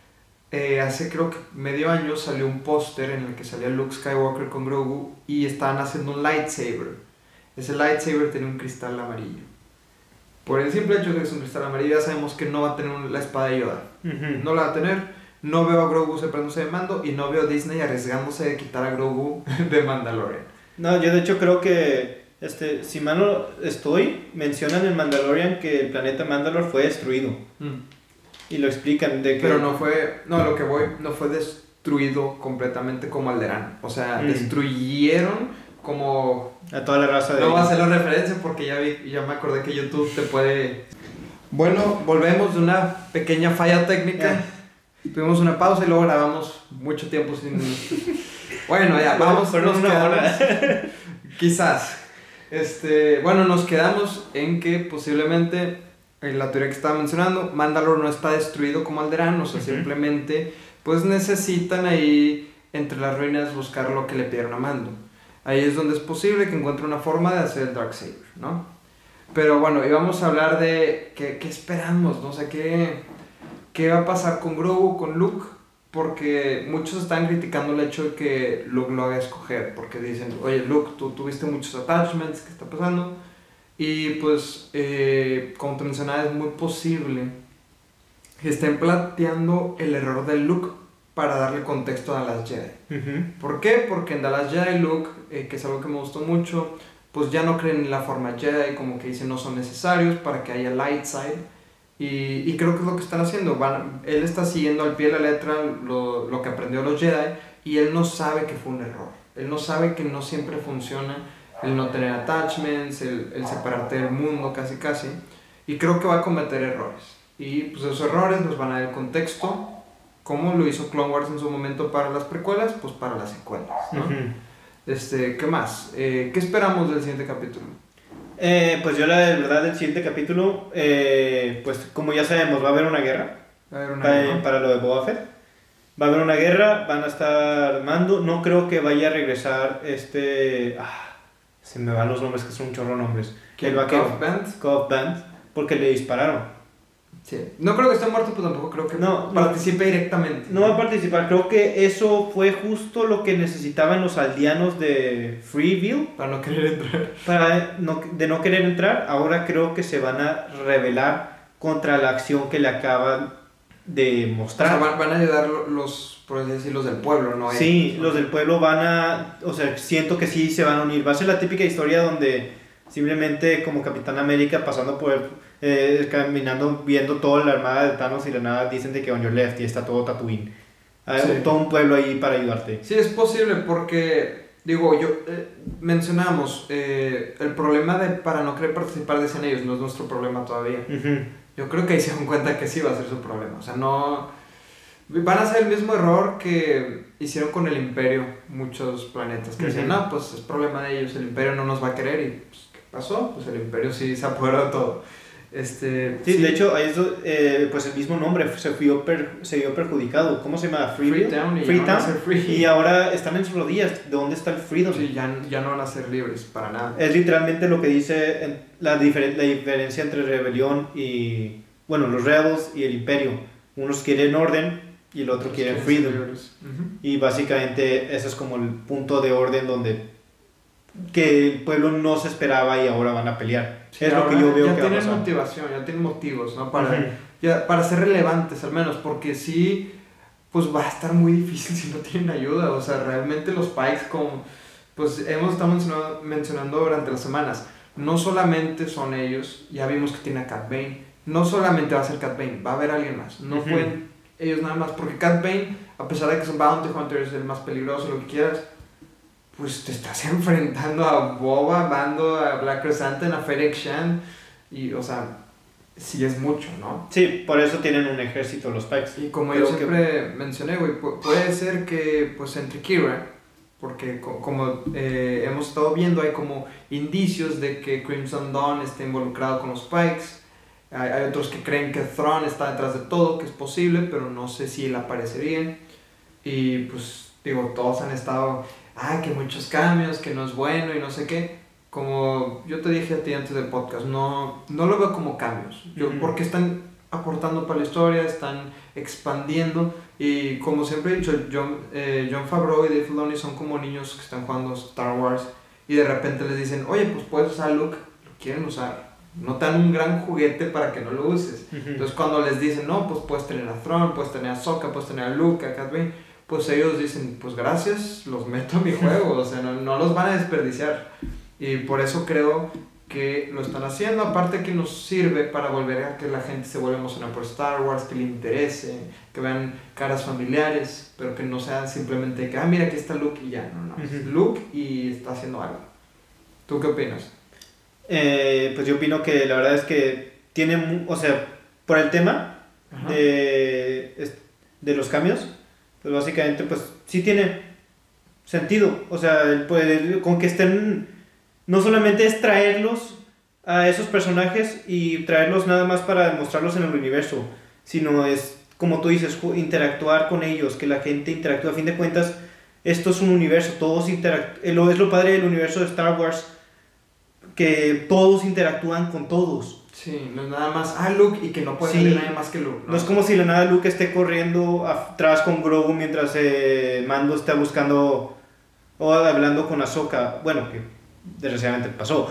eh, hace creo que medio año salió un póster en el que salía Luke Skywalker con Grogu y estaban haciendo un lightsaber. Ese lightsaber tenía un cristal amarillo. Por el simple hecho de que es un cristal amarillo, ya sabemos que no va a tener la espada de Yoda. Uh-huh. No la va a separándose No veo a Grogu separándose de Mando y no veo a Disney arriesgándose de quitar a Grogu de Mandalorian. No, yo de hecho creo que, este, si mal no estoy, mencionan en Mandalorian que el planeta Mandalore fue destruido. Mm. Y lo explican de que... Pero no fue, no, lo que voy, no fue destruido completamente como Alderaan. O sea, mm. destruyeron como... a toda la raza de... No voy a hacer la referencia porque ya, vi, ya me acordé que YouTube te puede... Bueno, volvemos de una pequeña falla técnica. Yeah. Tuvimos una pausa y luego grabamos mucho tiempo sin... Bueno, ya, vamos. Fueron una hora. Quizás. Este, bueno, nos quedamos en que posiblemente, en la teoría que estaba mencionando, Mandalore no está destruido como Alderaan, o sea, uh-huh. simplemente, pues necesitan ahí, entre las ruinas, buscar lo que le pidieron a Mando. Ahí es donde es posible que encuentre una forma de hacer el Darksaber, ¿no? Pero bueno, íbamos a hablar de qué, qué esperamos, ¿no? O sea, qué... ¿Qué va a pasar con Grogu, con Luke? Porque muchos están criticando el hecho de que Luke lo haga escoger. Porque dicen, oye Luke, tú tuviste muchos attachments, ¿qué está pasando? Y pues, eh, como te mencionaba, es muy posible que estén planteando el error de Luke para darle contexto a The Last Jedi. Uh-huh. ¿Por qué? Porque en The Last Jedi Luke, eh, que es algo que me gustó mucho, pues ya no creen en la forma Jedi, como que dicen no son necesarios para que haya light side. Y, y creo que es lo que están haciendo. Van, él está siguiendo al pie de la letra lo, lo que aprendió los Jedi y él no sabe que fue un error. Él no sabe que no siempre funciona el no tener attachments, el, el separarte del mundo casi casi. Y creo que va a cometer errores. Y pues esos errores nos van a dar el contexto, como lo hizo Clone Wars en su momento para las precuelas, pues para las secuelas, ¿no? Uh-huh. Este, ¿qué más? Eh, ¿Qué esperamos del siguiente capítulo? Eh, pues yo la verdad del siguiente capítulo, eh, pues como ya sabemos va a haber una guerra, va a haber una para, guerra. para lo de Boba Fett. Va a haber una guerra, van a estar Mando, no creo que vaya a regresar este... Ah, se me van los nombres que son un chorro de nombres. El Cobb Band. Cobb Band, porque le dispararon. Sí. No creo que esté muerto, pero tampoco creo que no, participe no, directamente. No va a participar, creo que eso fue justo lo que necesitaban los aldeanos de Freeville. Para no querer entrar. Para no, de no querer entrar, ahora creo que se van a rebelar contra la acción que le acaban de mostrar. O sea, van, van a ayudar los, por así decirlo, los del pueblo, ¿no? Sí, los del pueblo van a, o sea, siento que sí se van a unir. Va a ser la típica historia donde simplemente como Capitán América pasando por el... Eh, caminando, viendo toda la armada de Thanos y la nada dicen de que on your left y está todo Tatooine. Hay sí. todo un pueblo ahí para ayudarte. Sí, es posible porque, digo, yo eh, mencionamos eh, el problema de para no querer participar, dicen ellos, no es nuestro problema todavía. Uh-huh. Yo creo que ahí se dan cuenta que sí va a ser su problema. O sea, no... Van a hacer el mismo error que hicieron con el Imperio muchos planetas, que uh-huh. decían, no, pues es problema de ellos, el Imperio no nos va a querer y pues, ¿qué pasó? Pues el Imperio sí se apoderó de todo. Este, sí, sí, de hecho, ahí es, eh, pues el mismo nombre se vio, per, se vio perjudicado. ¿Cómo se llama? Freetown. Freetown. Free. Y ahora están en sus rodillas. ¿De dónde está el freedom? Sí, ya, ya no van a ser libres para nada. Es literalmente lo que dice la, difer- la diferencia entre rebelión y... Bueno, los rebels y el imperio. Unos quieren orden y el otro quiere freedom. Uh-huh. Y básicamente ese es como el punto de orden donde... que el pueblo no se esperaba y ahora van a pelear. Sí, es lo que yo veo ya que va a pasar. Ya tienen motivación, ya tienen motivos, ¿no? Para, uh-huh. ya, para ser relevantes al menos, porque sí, pues va a estar muy difícil si no tienen ayuda. O sea, realmente los Pikes, como pues hemos estado mencionando, mencionando durante las semanas, no solamente son ellos, ya vimos que tiene a Cat Bane, no solamente va a ser Cat Bane, va a haber alguien más. No uh-huh. pueden ellos nada más, porque Cat Bane, a pesar de que son Bounty Hunters, el más peligroso, lo que quieras, pues te estás enfrentando a Boba, Mando, a Black Chrysanthemum, a Fennec Shand, y, o sea, sí es mucho, ¿no? Sí, por eso tienen un ejército los Pikes. Y como Pero yo siempre que... mencioné, güey, pu- puede ser que, pues, entre Kira, porque co- como eh, hemos estado viendo, hay como indicios de que Crimson Dawn está involucrado con los Pikes, hay, hay otros que creen que Thrawn está detrás de todo, que es posible, pero no sé si él aparecería, y, pues, digo, todos han estado... ah, que muchos cambios, que no es bueno y no sé qué. Como yo te dije a ti antes del podcast, no, no lo veo como cambios. Yo, uh-huh. Porque están aportando para la historia, están expandiendo. Y como siempre he dicho, John, eh, Jon Favreau y Dave Filoni son como niños que están jugando Star Wars y de repente les dicen, oye, pues puedes usar Luke, lo quieren usar. No te dan un gran juguete para que no lo uses. Uh-huh. Entonces cuando les dicen, no, pues puedes tener a Thrawn, puedes tener a Ahsoka, puedes tener a Luke, a Cat Bane, pues ellos dicen, pues gracias, los meto a mi juego, o sea, no, no los van a desperdiciar. Y por eso creo que lo están haciendo, aparte que nos sirve para volver a que la gente se vuelva a emocionar por Star Wars, que le interese, que vean caras familiares, pero que no sea simplemente que, ah, mira, aquí está Luke y ya, no, no, uh-huh. Luke y está haciendo algo. ¿Tú qué opinas? Eh, pues yo opino que la verdad es que tiene, o sea, por el tema de, de los cambios, pues básicamente pues sí tiene sentido, o sea, el, pues, con que estén, no solamente es traerlos a esos personajes y traerlos nada más para demostrarlos en el universo, sino es, como tú dices, interactuar con ellos, que la gente interactúe. A fin de cuentas, esto es un universo, todos interactúan, es lo padre del universo de Star Wars, que todos interactúan con todos. Sí, no es nada más, ah, Luke, y que no puede sí. salir nadie más que Luke. No, no es como si la nada Luke esté corriendo atrás con Grogu mientras eh, Mando está buscando o hablando con Ahsoka. Bueno, que desgraciadamente pasó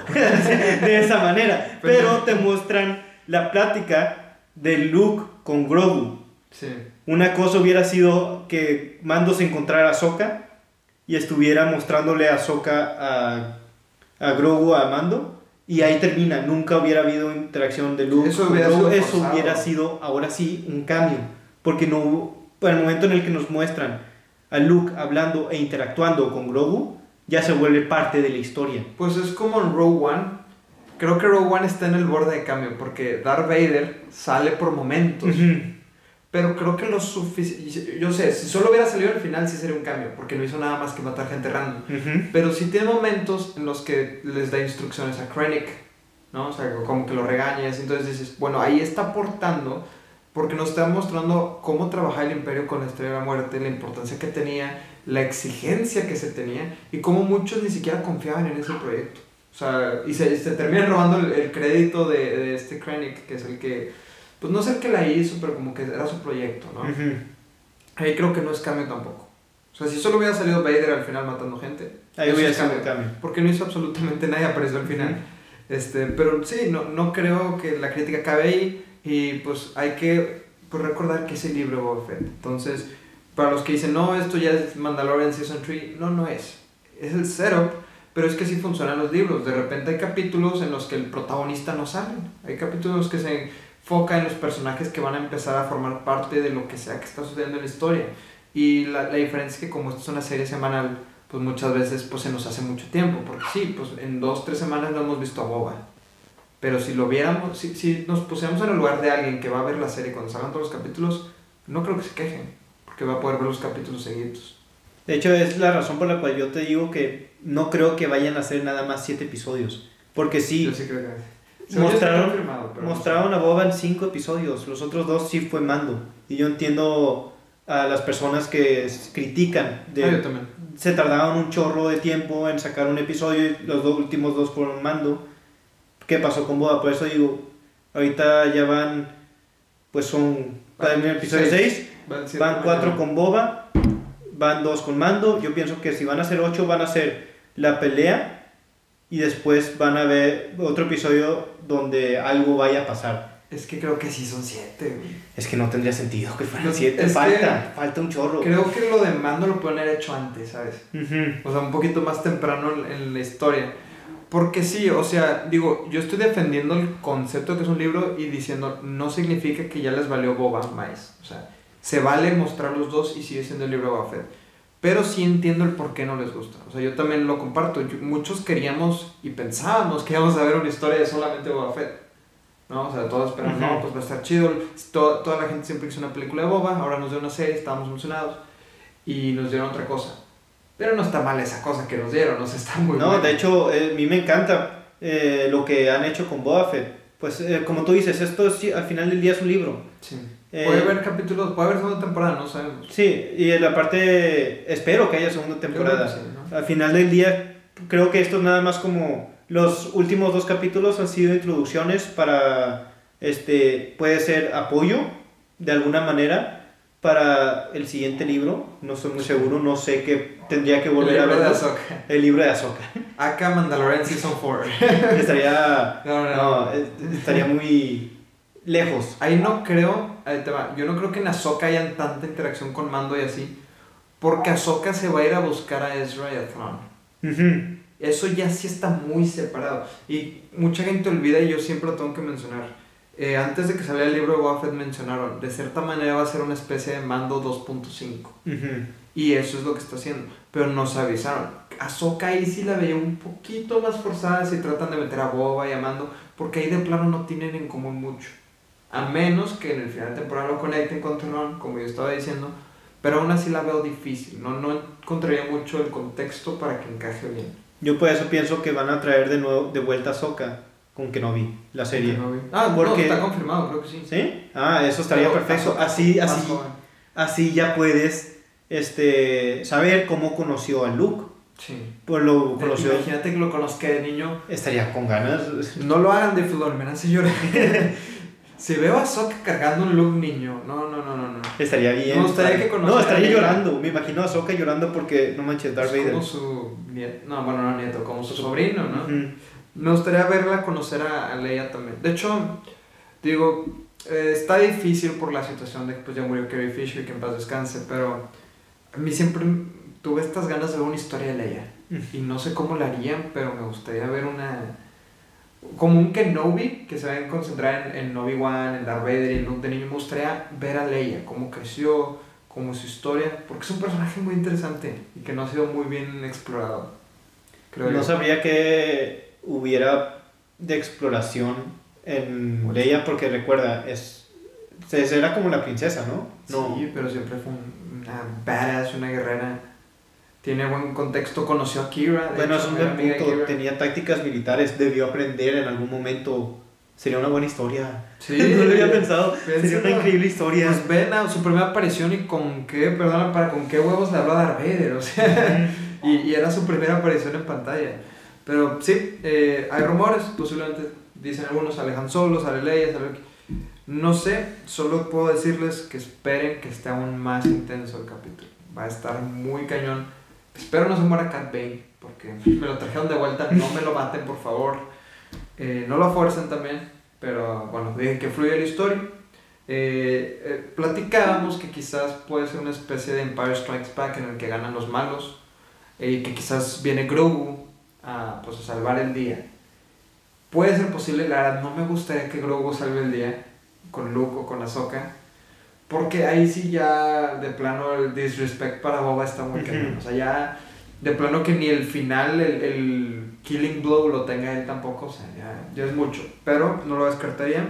de esa manera. Pero te muestran la plática de Luke con Grogu. Sí. Una cosa hubiera sido que Mando se encontrara a Ahsoka y estuviera mostrándole a Ahsoka a... a Grogu, a Mando, y ahí termina. Nunca hubiera habido interacción de Luke eso con hubiera, Grogu. sido Eso hubiera sido ahora sí un cambio, porque no hubo, el momento en el que nos muestran a Luke hablando e interactuando con Grogu ya se vuelve parte de la historia. Pues es como en Rogue One. Creo que Rogue One está en el borde de cambio, porque Darth Vader sale por momentos. Uh-huh. Pero creo que lo suficiente... Yo sé, si solo hubiera salido al final sí sería un cambio, porque no hizo nada más que matar gente random. Uh-huh. Pero sí tiene momentos en los que les da instrucciones a Krennic, ¿no? O sea, como que lo regañas, entonces dices, bueno, ahí está aportando, porque nos está mostrando cómo trabajaba el Imperio con la Estrella de la Muerte, la importancia que tenía, la exigencia que se tenía, y cómo muchos ni siquiera confiaban en ese proyecto. O sea, y se, se terminan robando el, el crédito de, de este Krennic, que es el que... Pues no sé el que la hizo, pero como que era su proyecto, ¿no? Uh-huh. Ahí creo que no es cambio tampoco. O sea, si solo hubiera salido Vader al final matando gente, ahí hubiera sido cambio, cambio. Porque no hizo absolutamente nadie, apareció al final. Uh-huh. Este, pero sí, no, no creo que la crítica cabe ahí. Y pues hay que pues, recordar que es el libro de Boba Fett. Entonces, para los que dicen, no, esto ya es Mandalorian Season tres, no, no es. Es el setup, pero es que sí funcionan los libros. De repente hay capítulos en los que el protagonista no sale. Hay capítulos que se... foca en los personajes que van a empezar a formar parte de lo que sea que está sucediendo en la historia. Y la, la diferencia es que como esto es una serie semanal, pues muchas veces pues se nos hace mucho tiempo, porque sí, pues en dos, tres semanas no hemos visto a Boba. Pero si lo viéramos, si, si nos pusiéramos en el lugar de alguien que va a ver la serie cuando salgan todos los capítulos, no creo que se quejen, porque va a poder ver los capítulos seguidos. De hecho, es la razón por la cual yo te digo que no creo que vayan a hacer nada más siete episodios. Porque sí... Yo sí creo que... Mostraron, mostraron a Boba en cinco episodios, los otros dos sí fue Mando. Y yo entiendo a las personas que critican. De, ah, yo también. Se tardaron un chorro de tiempo en sacar un episodio y los dos últimos dos fueron Mando. ¿Qué pasó con Boba? Por eso digo, ahorita ya van, pues son, van en el episodio seis, van, van cuatro con Boba, van dos con Mando. Yo pienso que si van a ser ocho van a ser la pelea. Y después van a ver otro episodio donde algo vaya a pasar. Es que creo que sí son siete, güey. Es que no tendría sentido que fueran siete. Falta, falta un chorro. Creo que lo de Mando lo pueden haber hecho antes, ¿sabes? Uh-huh. O sea, un poquito más temprano en la historia. Porque sí, o sea, digo, yo estoy defendiendo el concepto de que es un libro y diciendo, no significa que ya les valió Boba más. O sea, se vale mostrar los dos y sigue siendo el libro de Boba Fett. Pero sí entiendo el por qué no les gusta. O sea, yo también lo comparto. Yo, muchos queríamos y pensábamos que íbamos a ver una historia de solamente Boba Fett, ¿no? O sea, todos esperan, uh-huh. no, pues va a estar chido. Toda, toda la gente siempre hizo una película de Boba, ahora nos dio una serie, estábamos emocionados. Y nos dieron otra cosa. Pero no está mal esa cosa que nos dieron, o sea, está muy No, bueno. De hecho, eh, a mí me encanta eh, lo que han hecho con Boba Fett. Pues, eh, como tú dices, esto es, al final del día es un libro. Sí. Puede haber capítulos, puede haber segunda temporada, no sabemos. Sí, y en la parte, espero que haya segunda temporada. Sí, ¿no? Al final del día, creo que esto es nada más como, los últimos dos capítulos han sido introducciones para este, puede ser apoyo de alguna manera para el siguiente libro. No estoy muy seguro, no sé qué tendría que volver a ver. El libro de Ahsoka. El libro de Ahsoka. Acá Mandalorian Season cuatro. Estaría, no, no, no, estaría muy lejos. Ahí no creo, ahí te va, yo no creo que en Ahsoka hayan tanta interacción con Mando y así, porque Ahsoka se va a ir a buscar a Ezra y a Thrawn. Uh-huh. Eso ya sí está muy separado. Y mucha gente olvida, y yo siempre lo tengo que mencionar. Eh, antes de que saliera el libro de Boba Fett mencionaron, de cierta manera va a ser una especie de Mando dos punto cinco. Uh-huh. Y eso es lo que está haciendo. Pero nos avisaron. Ahsoka ahí sí la veía un poquito más forzada si tratan de meter a Boba y a Mando, porque ahí de plano no tienen en común mucho. A menos que en el final de temporada lo conecten con Thrawn, como yo estaba diciendo. Pero aún así la veo difícil. No, no encontraría mucho el contexto para que encaje bien. Yo por eso pienso que van a traer de nuevo de vuelta a Ahsoka con Kenobi, la serie. Kenobi. Ah, porque... no, está confirmado, creo que sí. ¿Sí? Ah, eso estaría Pero perfecto. Ahsoka, Así, más así, joven. así ya puedes este, saber cómo conoció a Luke. Sí. Pues lo conoció. Imagínate que lo conozca de niño. Estaría con ganas. No lo hagan de Filón, me hace llorar. Si veo a Ahsoka cargando un Luke niño, no, no, no, no, no. Estaría bien. Me gustaría que conociera. No, estaría a llorando. Me imagino a Ahsoka llorando porque, no manches, Darth Vader. Como su nieto, no, bueno, no nieto, como su sobrino, ¿no? Uh-huh. Me gustaría verla conocer a, a Leia también. De hecho, digo, eh, está difícil por la situación de que pues, ya murió Carrie Fisher y que en paz descanse, pero a mí siempre tuve estas ganas de ver una historia de Leia. Uh-huh. Y no sé cómo la harían, pero me gustaría ver una... como un Kenobi, que se va a concentrar en, en Obi-Wan, en Darth Vader y en Luke de niño. Me gustaría ver a Leia, cómo creció, cómo su historia, porque es un personaje muy interesante y que no ha sido muy bien explorado, creo no yo. sabría que hubiera de exploración en bueno. Leia, porque recuerda, es, era como la princesa, ¿no? no. Sí, pero siempre fue una badass, una guerrera. Tiene buen contexto, conoció a Kira. Bueno, es un buen punto. Tenía tácticas militares, debió aprender en algún momento. Sería una buena historia. Sí, no lo había pensado. Sería una increíble historia. Pues ven a su primera aparición y con qué, perdón, para con qué huevos le habló a Darth Vader, o sea, y, y era su primera aparición en pantalla. Pero sí, eh, hay rumores, posiblemente dicen algunos, sale Han Solo, sale Leia, sale... No sé, solo puedo decirles que esperen que esté aún más intenso el capítulo. Va a estar muy cañón. Espero no se muera Cat Bane, porque me lo trajeron de vuelta, no me lo maten por favor, eh, no lo fuercen también, pero bueno, dejen que fluya la historia. Eh, eh, platicábamos que quizás puede ser una especie de Empire Strikes Back en el que ganan los malos, y eh, que quizás viene Grogu a, pues, a salvar el día. Puede ser posible, la verdad no me gustaría que Grogu salve el día con Luke o con Ahsoka, porque ahí sí ya de plano el disrespect para Boba está muy cañón. Uh-huh. O sea, ya de plano que ni el final, el, el killing blow lo tenga él tampoco. O sea, ya, ya es mucho. Pero no lo descartaría.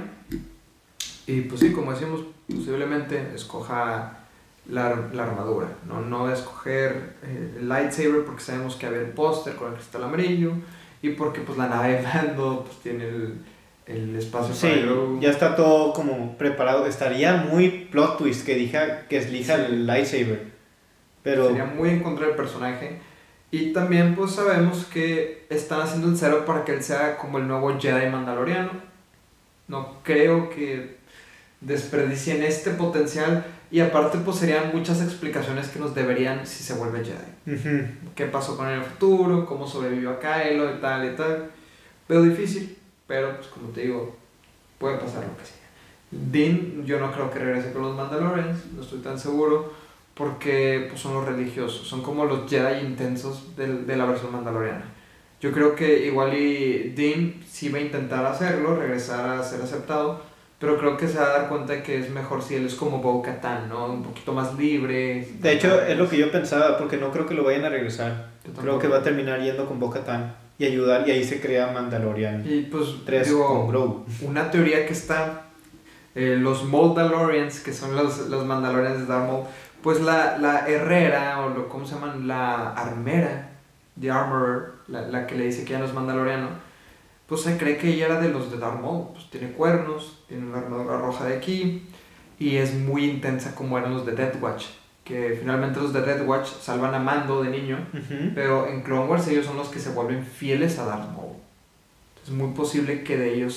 Y pues sí, como decimos, posiblemente escoja la, la armadura. No, no va a escoger eh, el lightsaber porque sabemos que había el póster con el cristal amarillo. Y porque pues la nave de Mando pues, tiene el... el espacio sí, para Grogu. Ya está todo como preparado. Estaría muy plot twist que diga que elija sí. el lightsaber, pero sería muy en contra del personaje. Y también pues sabemos que están haciendo el cero para que él sea como el nuevo Jedi mandaloriano. No creo que desperdicien este potencial. Y aparte pues serían muchas explicaciones que nos deberían si se vuelve Jedi. Uh-huh. ¿Qué pasó con él en el futuro? ¿Cómo sobrevivió a Kylo? Y tal y tal. Pero difícil. Pero, pues como te digo, puede pasar lo que sea. Din, yo no creo que regrese con los Mandalorians, no estoy tan seguro, porque pues, son los religiosos, son como los Jedi intensos de, de la versión mandaloriana. Yo creo que igual y Din sí va a intentar hacerlo, regresar a ser aceptado, pero creo que se va a dar cuenta que es mejor si él es como Bo-Katan, ¿no? Un poquito más libre. De hecho, es lo que yo pensaba, porque no creo que lo vayan a regresar. Creo que va a terminar yendo con Bo-Katan y ayudar, y ahí se crea Mandalorian. Y pues, tres digo, con Grogu. Una teoría que está, eh, los Moldalorians, que son los, los Mandalorians de Darth Maul, pues la, la herrera, o lo, ¿cómo se llaman? La armera, The Armorer, la, la que le dice que ya no es mandaloriano, pues se cree que ella era de los de Darth Maul. Pues tiene cuernos, tiene una armadura roja de aquí, y es muy intensa como eran los de Death Watch. Que finalmente los de Death Watch salvan a Mando de niño, uh-huh. pero en Clone Wars ellos son los que se vuelven fieles a Darth Maul. Es muy posible que de ellos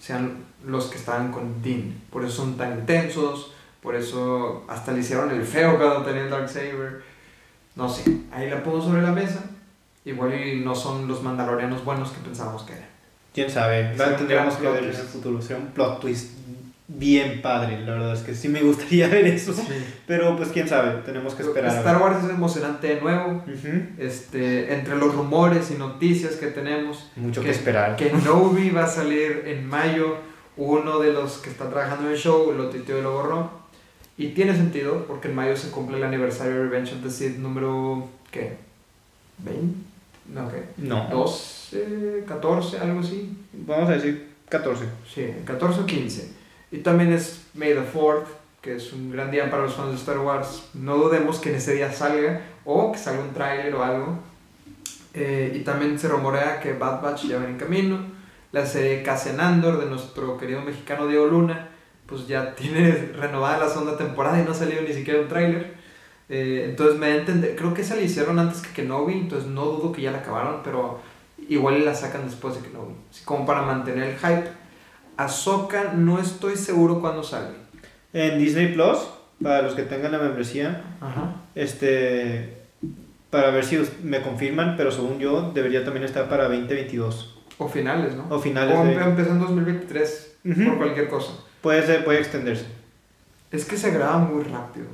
sean los que estaban con Dean. Por eso son tan intensos, por eso hasta le hicieron el feo cuando tenía el Darksaber. No sé, ahí la pongo sobre la mesa. Igual y no son los mandalorianos buenos que pensábamos que eran. Quién sabe, la tendríamos que ver en el futuro. Sería un plot twist bien padre, la verdad es que sí me gustaría ver eso. Sí. Pero pues quién sabe, tenemos que esperar. Star Wars es emocionante de nuevo. Uh-huh. Este, entre los rumores y noticias que tenemos, mucho que, que esperar. Que Kenobi va a salir en mayo. Uno de los que está trabajando en el show lo tuiteó y lo borró. Y tiene sentido, porque en mayo se cumple el aniversario de Revenge of the Sith número, ¿qué? ¿veinte? No, ¿qué? No. doce, catorce, algo así. Vamos a decir catorce. Sí, catorce o quince. Y también es May the fourth, que es un gran día para los fans de Star Wars. No dudemos que en ese día salga, o que salga un tráiler o algo. Eh, y también se rumorea que Bad Batch ya viene en camino. La serie Cassian Andor, de nuestro querido mexicano Diego Luna, pues ya tiene renovada la segunda temporada y no ha salido ni siquiera un tráiler. Eh, entonces me da a entender, creo que esa la hicieron antes que Kenobi, entonces no dudo que ya la acabaron, pero igual la sacan después de Kenobi, así como para mantener el hype. Ahsoka no estoy seguro cuándo sale. En Disney Plus, para los que tengan la membresía, ajá, este, para ver si me confirman, pero según yo debería también estar para veinte veintidós. O finales, ¿no? O finales. O de... empezó en dos mil veintitrés, uh-huh, por cualquier cosa. Puede ser, puede extenderse. Es que se graba muy rápido.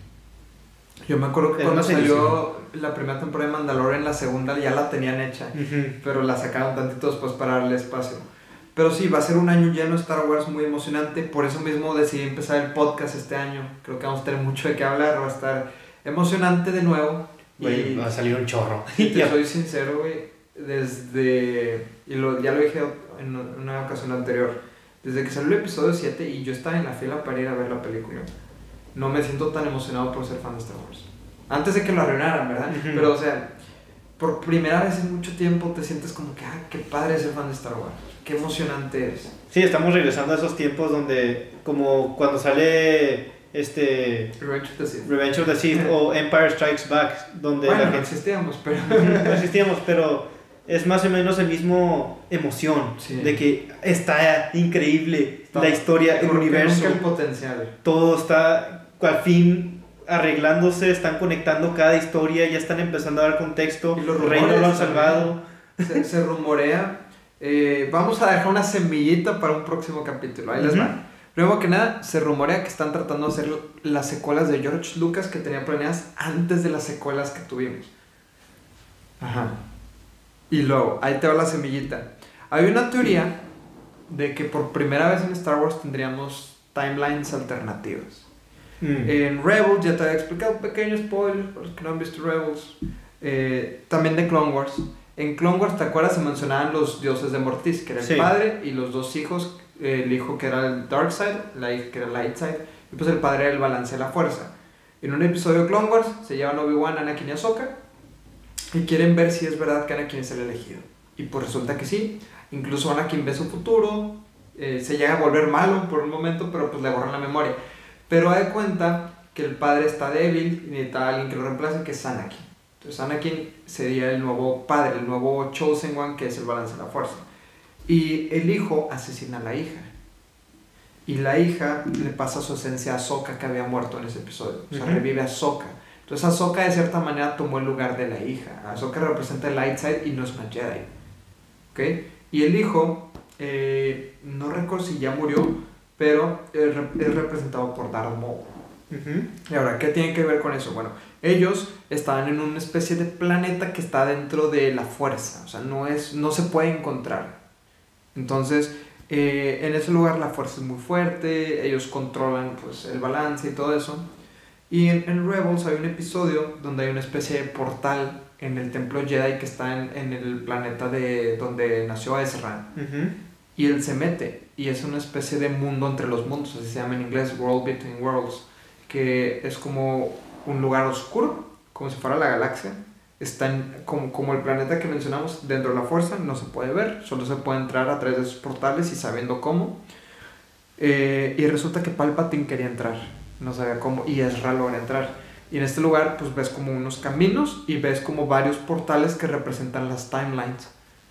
Yo me acuerdo que cuando salió la primera temporada de Mandalorian, la segunda ya la tenían hecha, uh-huh, pero la sacaron tantito después para darle espacio. Pero sí, va a ser un año lleno de Star Wars muy emocionante. Por eso mismo decidí empezar el podcast este año. Creo que vamos a tener mucho de qué hablar. Va a estar emocionante de nuevo. Wey, y va a salir un chorro. Y te soy sincero, güey. Desde... Y lo, ya lo dije en una ocasión anterior. Desde que salió el episodio siete y yo estaba en la fila para ir a ver la película, no me siento tan emocionado por ser fan de Star Wars. Antes de que lo arruinaran, ¿verdad? Uh-huh. Pero, o sea, por primera vez en mucho tiempo te sientes como que, ah, qué padre ser fan de Star Wars. Qué emocionante es. Sí, estamos regresando a esos tiempos donde, como cuando sale este... Revenge of the Sith. Revenge of the Sith o Empire Strikes Back, donde bueno, la gente... no existíamos, pero... no existíamos, pero es más o menos el mismo emoción, sí, de que está increíble está, la historia, el universo. El potencial. Todo está al fin arreglándose, están conectando cada historia, ya están empezando a dar contexto, y los el reino lo han salvado. Se, se rumorea... Eh, vamos a dejar una semillita para un próximo capítulo. Ahí uh-huh, les va. Primero que nada, se rumorea que están tratando de hacer las secuelas de George Lucas que tenían planeadas antes de las secuelas que tuvimos. Ajá. Y luego, ahí te va la semillita. Hay una teoría de que por primera vez en Star Wars tendríamos timelines alternativas. Mm. En Rebels, ya te había explicado, un pequeño spoiler para los que no han visto Rebels. Eh, también de Clone Wars. En Clone Wars, ¿te acuerdas? Se mencionaban los dioses de Mortis, que era el sí, padre, y los dos hijos, eh, el hijo que era el Dark Side, la hija que era el Light Side, y pues el padre era el balance de la fuerza. En un episodio de Clone Wars, se llevan Obi-Wan, Anakin y Ahsoka, y quieren ver si es verdad que Anakin es el elegido. Y pues resulta que sí, incluso Anakin ve su futuro, eh, se llega a volver malo por un momento, pero pues le borran la memoria. Pero da cuenta que el padre está débil y necesita a alguien que lo reemplace, que es Anakin. Entonces Anakin sería el nuevo padre, el nuevo Chosen One, que es el balance de la fuerza. Y el hijo asesina a la hija. Y la hija le pasa su esencia a Ahsoka, que había muerto en ese episodio. O sea, uh-huh, revive a Ahsoka. Entonces Ahsoka de cierta manera tomó el lugar de la hija. Ahsoka representa el Light Side y no es una Jedi. ¿Okay? Y el hijo, eh, no recuerdo si ya murió, pero es, es representado por Darth Maul. Uh-huh. Y ahora, ¿qué tiene que ver con eso? Bueno, ellos estaban en una especie de planeta que está dentro de la fuerza, o sea, no, es, no se puede encontrar. Entonces, eh, en ese lugar la fuerza es muy fuerte, ellos controlan pues, el balance y todo eso. Y en, en Rebels hay un episodio donde hay una especie de portal en el templo Jedi que está en, en el planeta de donde nació Ezra. Uh-huh. Y él se mete, y es una especie de mundo entre los mundos, así se llama en inglés, World Between Worlds, que es como un lugar oscuro, como si fuera la galaxia. Está en, como, como el planeta que mencionamos, dentro de la fuerza, no se puede ver, solo se puede entrar a través de esos portales y sabiendo cómo. Eh, y resulta que Palpatine quería entrar, no sabía cómo, y Ezra logra entrar. Y en este lugar pues ves como unos caminos y ves como varios portales que representan las timelines.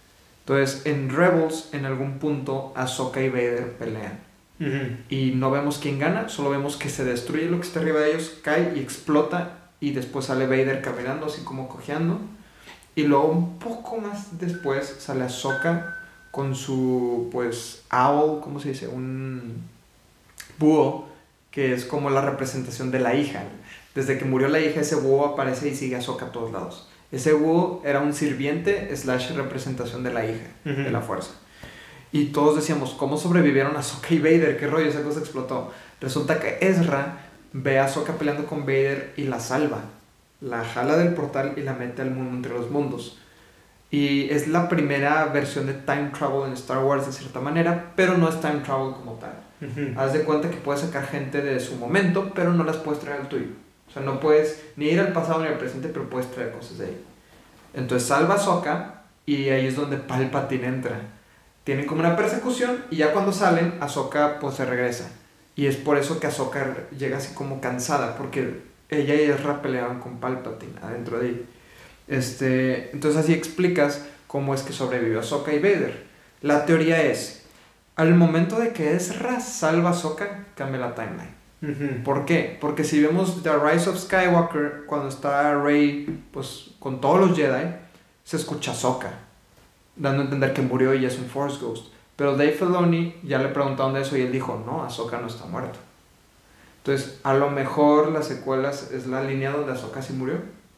Entonces, en Rebels, en algún punto, Ahsoka y Vader pelean. Uh-huh. Y no vemos quién gana, solo vemos que se destruye lo que está arriba de ellos, cae y explota. Y después sale Vader caminando, así como cojeando. Y luego, un poco más después, sale Ahsoka con su, pues, owl, ¿cómo se dice? Un búho, que es como la representación de la hija. Desde que murió la hija, ese búho aparece y sigue a Ahsoka a todos lados. Ese búho era un sirviente slash representación de la hija, uh-huh. de la fuerza. Y todos decíamos, ¿cómo sobrevivieron Ahsoka y Vader? ¿Qué rollo? Esa cosa explotó. Resulta que Ezra ve a Ahsoka peleando con Vader y la salva. La jala del portal y la mete al mundo entre los mundos. Y es la primera versión de time travel en Star Wars de cierta manera, pero no es time travel como tal. Uh-huh. Haz de cuenta que puedes sacar gente de su momento, pero no las puedes traer al tuyo. O sea, no puedes ni ir al pasado ni al presente, pero puedes traer cosas de ahí. Entonces salva a Ahsoka y ahí es donde Palpatine entra. Tienen como una persecución y ya cuando salen, Ahsoka pues se regresa. Y es por eso que Ahsoka llega así como cansada, porque ella y Ezra peleaban con Palpatine adentro de ahí. Este, entonces así explicas cómo es que sobrevivió Ahsoka y Vader. La teoría es, al momento de que Ezra salva a Ahsoka, cambia la timeline. Uh-huh. ¿Por qué? Porque si vemos The Rise of Skywalker, cuando está Rey pues con todos los Jedi, se escucha Ahsoka, dando a entender que murió y es un Force Ghost. Pero Dave Filoni ya le preguntaron de eso y él dijo, no, Ahsoka no está muerto. Entonces, a lo mejor las secuelas es la línea donde Ahsoka sí murió.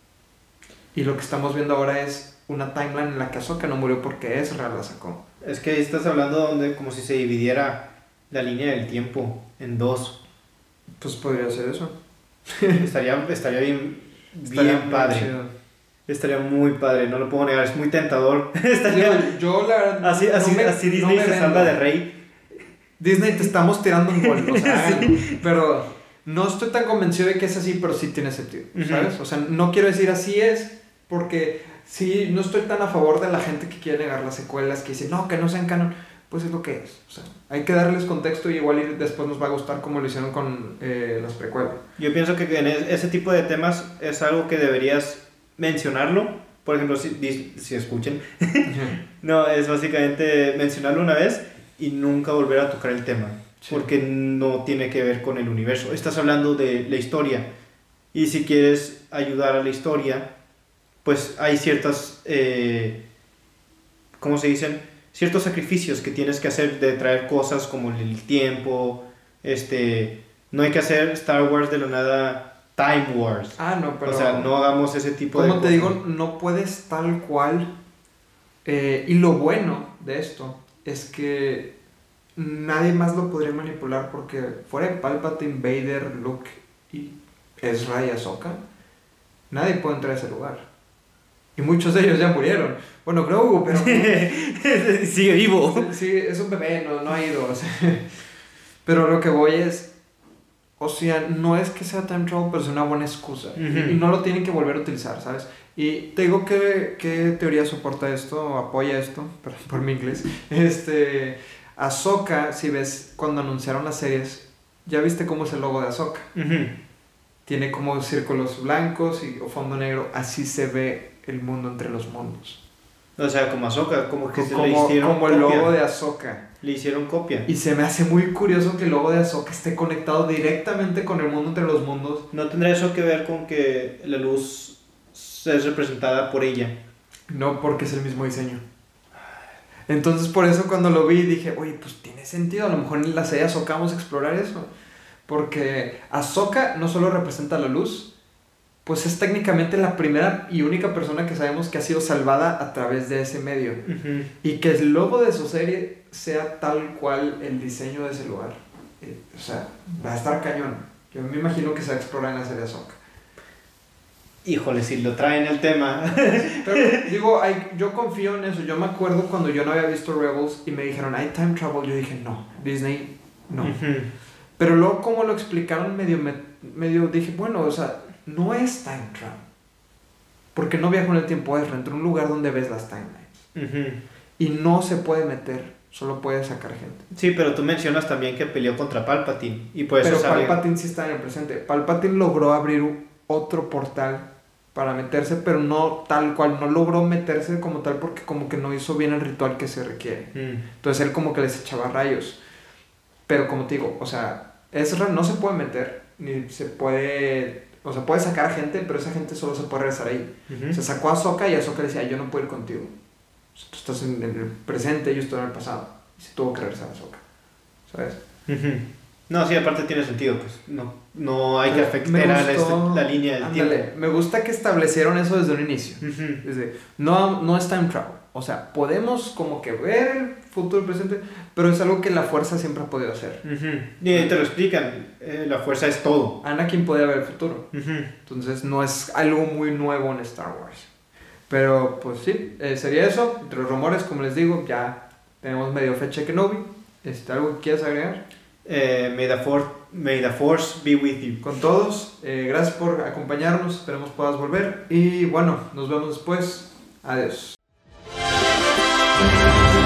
Y lo que estamos viendo ahora es una timeline en la que Ahsoka no murió porque Ezra la sacó. Es que estás hablando donde como si se dividiera la línea del tiempo en dos. Pues podría ser eso. estaría, estaría bien, estaría bien padre. Chido. Estaría muy padre, no lo puedo negar, es muy tentador. Estaría, yo, yo la verdad... Así, así, no me, así Disney no se salva de Rey. Disney, te estamos tirando un gol, o sea, sí. Pero no estoy tan convencido de que es así, pero sí tiene sentido, ¿sabes? Uh-huh. O sea, no quiero decir así es, porque sí, no estoy tan a favor de la gente que quiere negar las secuelas, que dice, no, que no sean canon, pues es lo que es. O sea, hay que darles contexto y igual y después nos va a gustar como lo hicieron con eh, las precuelas. Yo pienso que en ese tipo de temas es algo que deberías mencionarlo, por ejemplo, si, si escuchen, no, es básicamente mencionarlo una vez y nunca volver a tocar el tema, sí. Porque no tiene que ver con el universo, estás hablando de la historia, y si quieres ayudar a la historia, pues hay ciertas, eh, ¿cómo se dicen? Ciertos sacrificios que tienes que hacer de traer cosas como el tiempo, este, no hay que hacer Star Wars de la nada... Time Wars. Ah, no, pero... O sea, no hagamos ese tipo de cosas. Como te digo, no puedes tal cual... Eh, y lo bueno de esto es que nadie más lo podría manipular porque fuera de Palpatine, Vader, Luke y Ezra y Ahsoka, nadie puede entrar a ese lugar. Y muchos de ellos ya murieron. Bueno, Grogu, pero... sigue vivo. Sí, es un bebé, no, no ha ido. O sea, pero lo que voy es... O sea, no es que sea time travel, pero es una buena excusa. Uh-huh. Y, y no lo tienen que volver a utilizar, ¿sabes? Y te digo que, qué teoría soporta esto, o apoya esto, perdón por mi inglés. Este, Ahsoka, si ves cuando anunciaron las series, ya viste cómo es el logo de Ahsoka. Uh-huh. Tiene como círculos blancos y o fondo negro, así se ve el mundo entre los mundos. O sea, como Ahsoka, como que como, se le hicieron como el logo de Ahsoka. Le hicieron copia. Y se me hace muy curioso que el logo de Ahsoka esté conectado directamente con el mundo entre los mundos. ¿No tendrá eso que ver con que la luz es representada por ella? No, porque es el mismo diseño. Entonces por eso cuando lo vi dije, oye, pues tiene sentido, a lo mejor en la serie Ahsoka vamos a explorar eso. Porque Ahsoka no solo representa la luz, pues es técnicamente la primera y única persona que sabemos que ha sido salvada a través de ese medio. Uh-huh. Y que el logo de su serie sea tal cual el diseño de ese lugar. Eh, o sea, va a estar cañón. Yo me imagino que se va a explorar en la serie Ahsoka. Híjole, si lo traen el tema. Pero digo, hay, yo confío en eso. Yo me acuerdo cuando yo no había visto Rebels y me dijeron, hay time travel. Yo dije, no, Disney, no. Uh-huh. Pero luego como lo explicaron medio, medio dije, bueno, o sea... No es time travel. Porque no viajo en el tiempo, es entre un lugar donde ves las timelines. Uh-huh. Y no se puede meter, solo puede sacar gente. Sí, pero tú mencionas también que peleó contra Palpatine. Y por eso pero sabe... Palpatine sí está en el presente. Palpatine logró abrir otro portal para meterse, pero no tal cual, no logró meterse como tal porque como que no hizo bien el ritual que se requiere. Mm. Entonces él como que les echaba rayos. Pero como te digo, o sea, Ezra no se puede meter, ni se puede, o sea, puede sacar gente, pero esa gente solo se puede regresar ahí. Uh-huh. Se sacó a Ahsoka y Ahsoka le decía, yo no puedo ir contigo. O sea, tú estás en el presente, yo estoy en el pasado. Y se tuvo que regresar a Ahsoka, ¿sabes? Uh-huh. No, sí, aparte tiene sentido, pues no, no hay que afectar la, la línea del ándale, tiempo. Me gusta que establecieron eso desde un inicio. Uh-huh. Desde, no, no es time travel. O sea, podemos como que ver el futuro y presente, pero es algo que la fuerza siempre ha podido hacer. Uh-huh. Y ahí te lo explican, eh, la fuerza es todo. Anakin podía ver el futuro. Uh-huh. Entonces no es algo muy nuevo en Star Wars. Pero pues sí, eh, sería eso. Entre los rumores, como les digo, ya tenemos medio fecha de Kenobi. Este, ¿algo que quieras agregar? Eh, may, the force, may the Force be with you. Con todos, eh, gracias por acompañarnos, esperemos puedas volver y bueno, nos vemos después, adiós.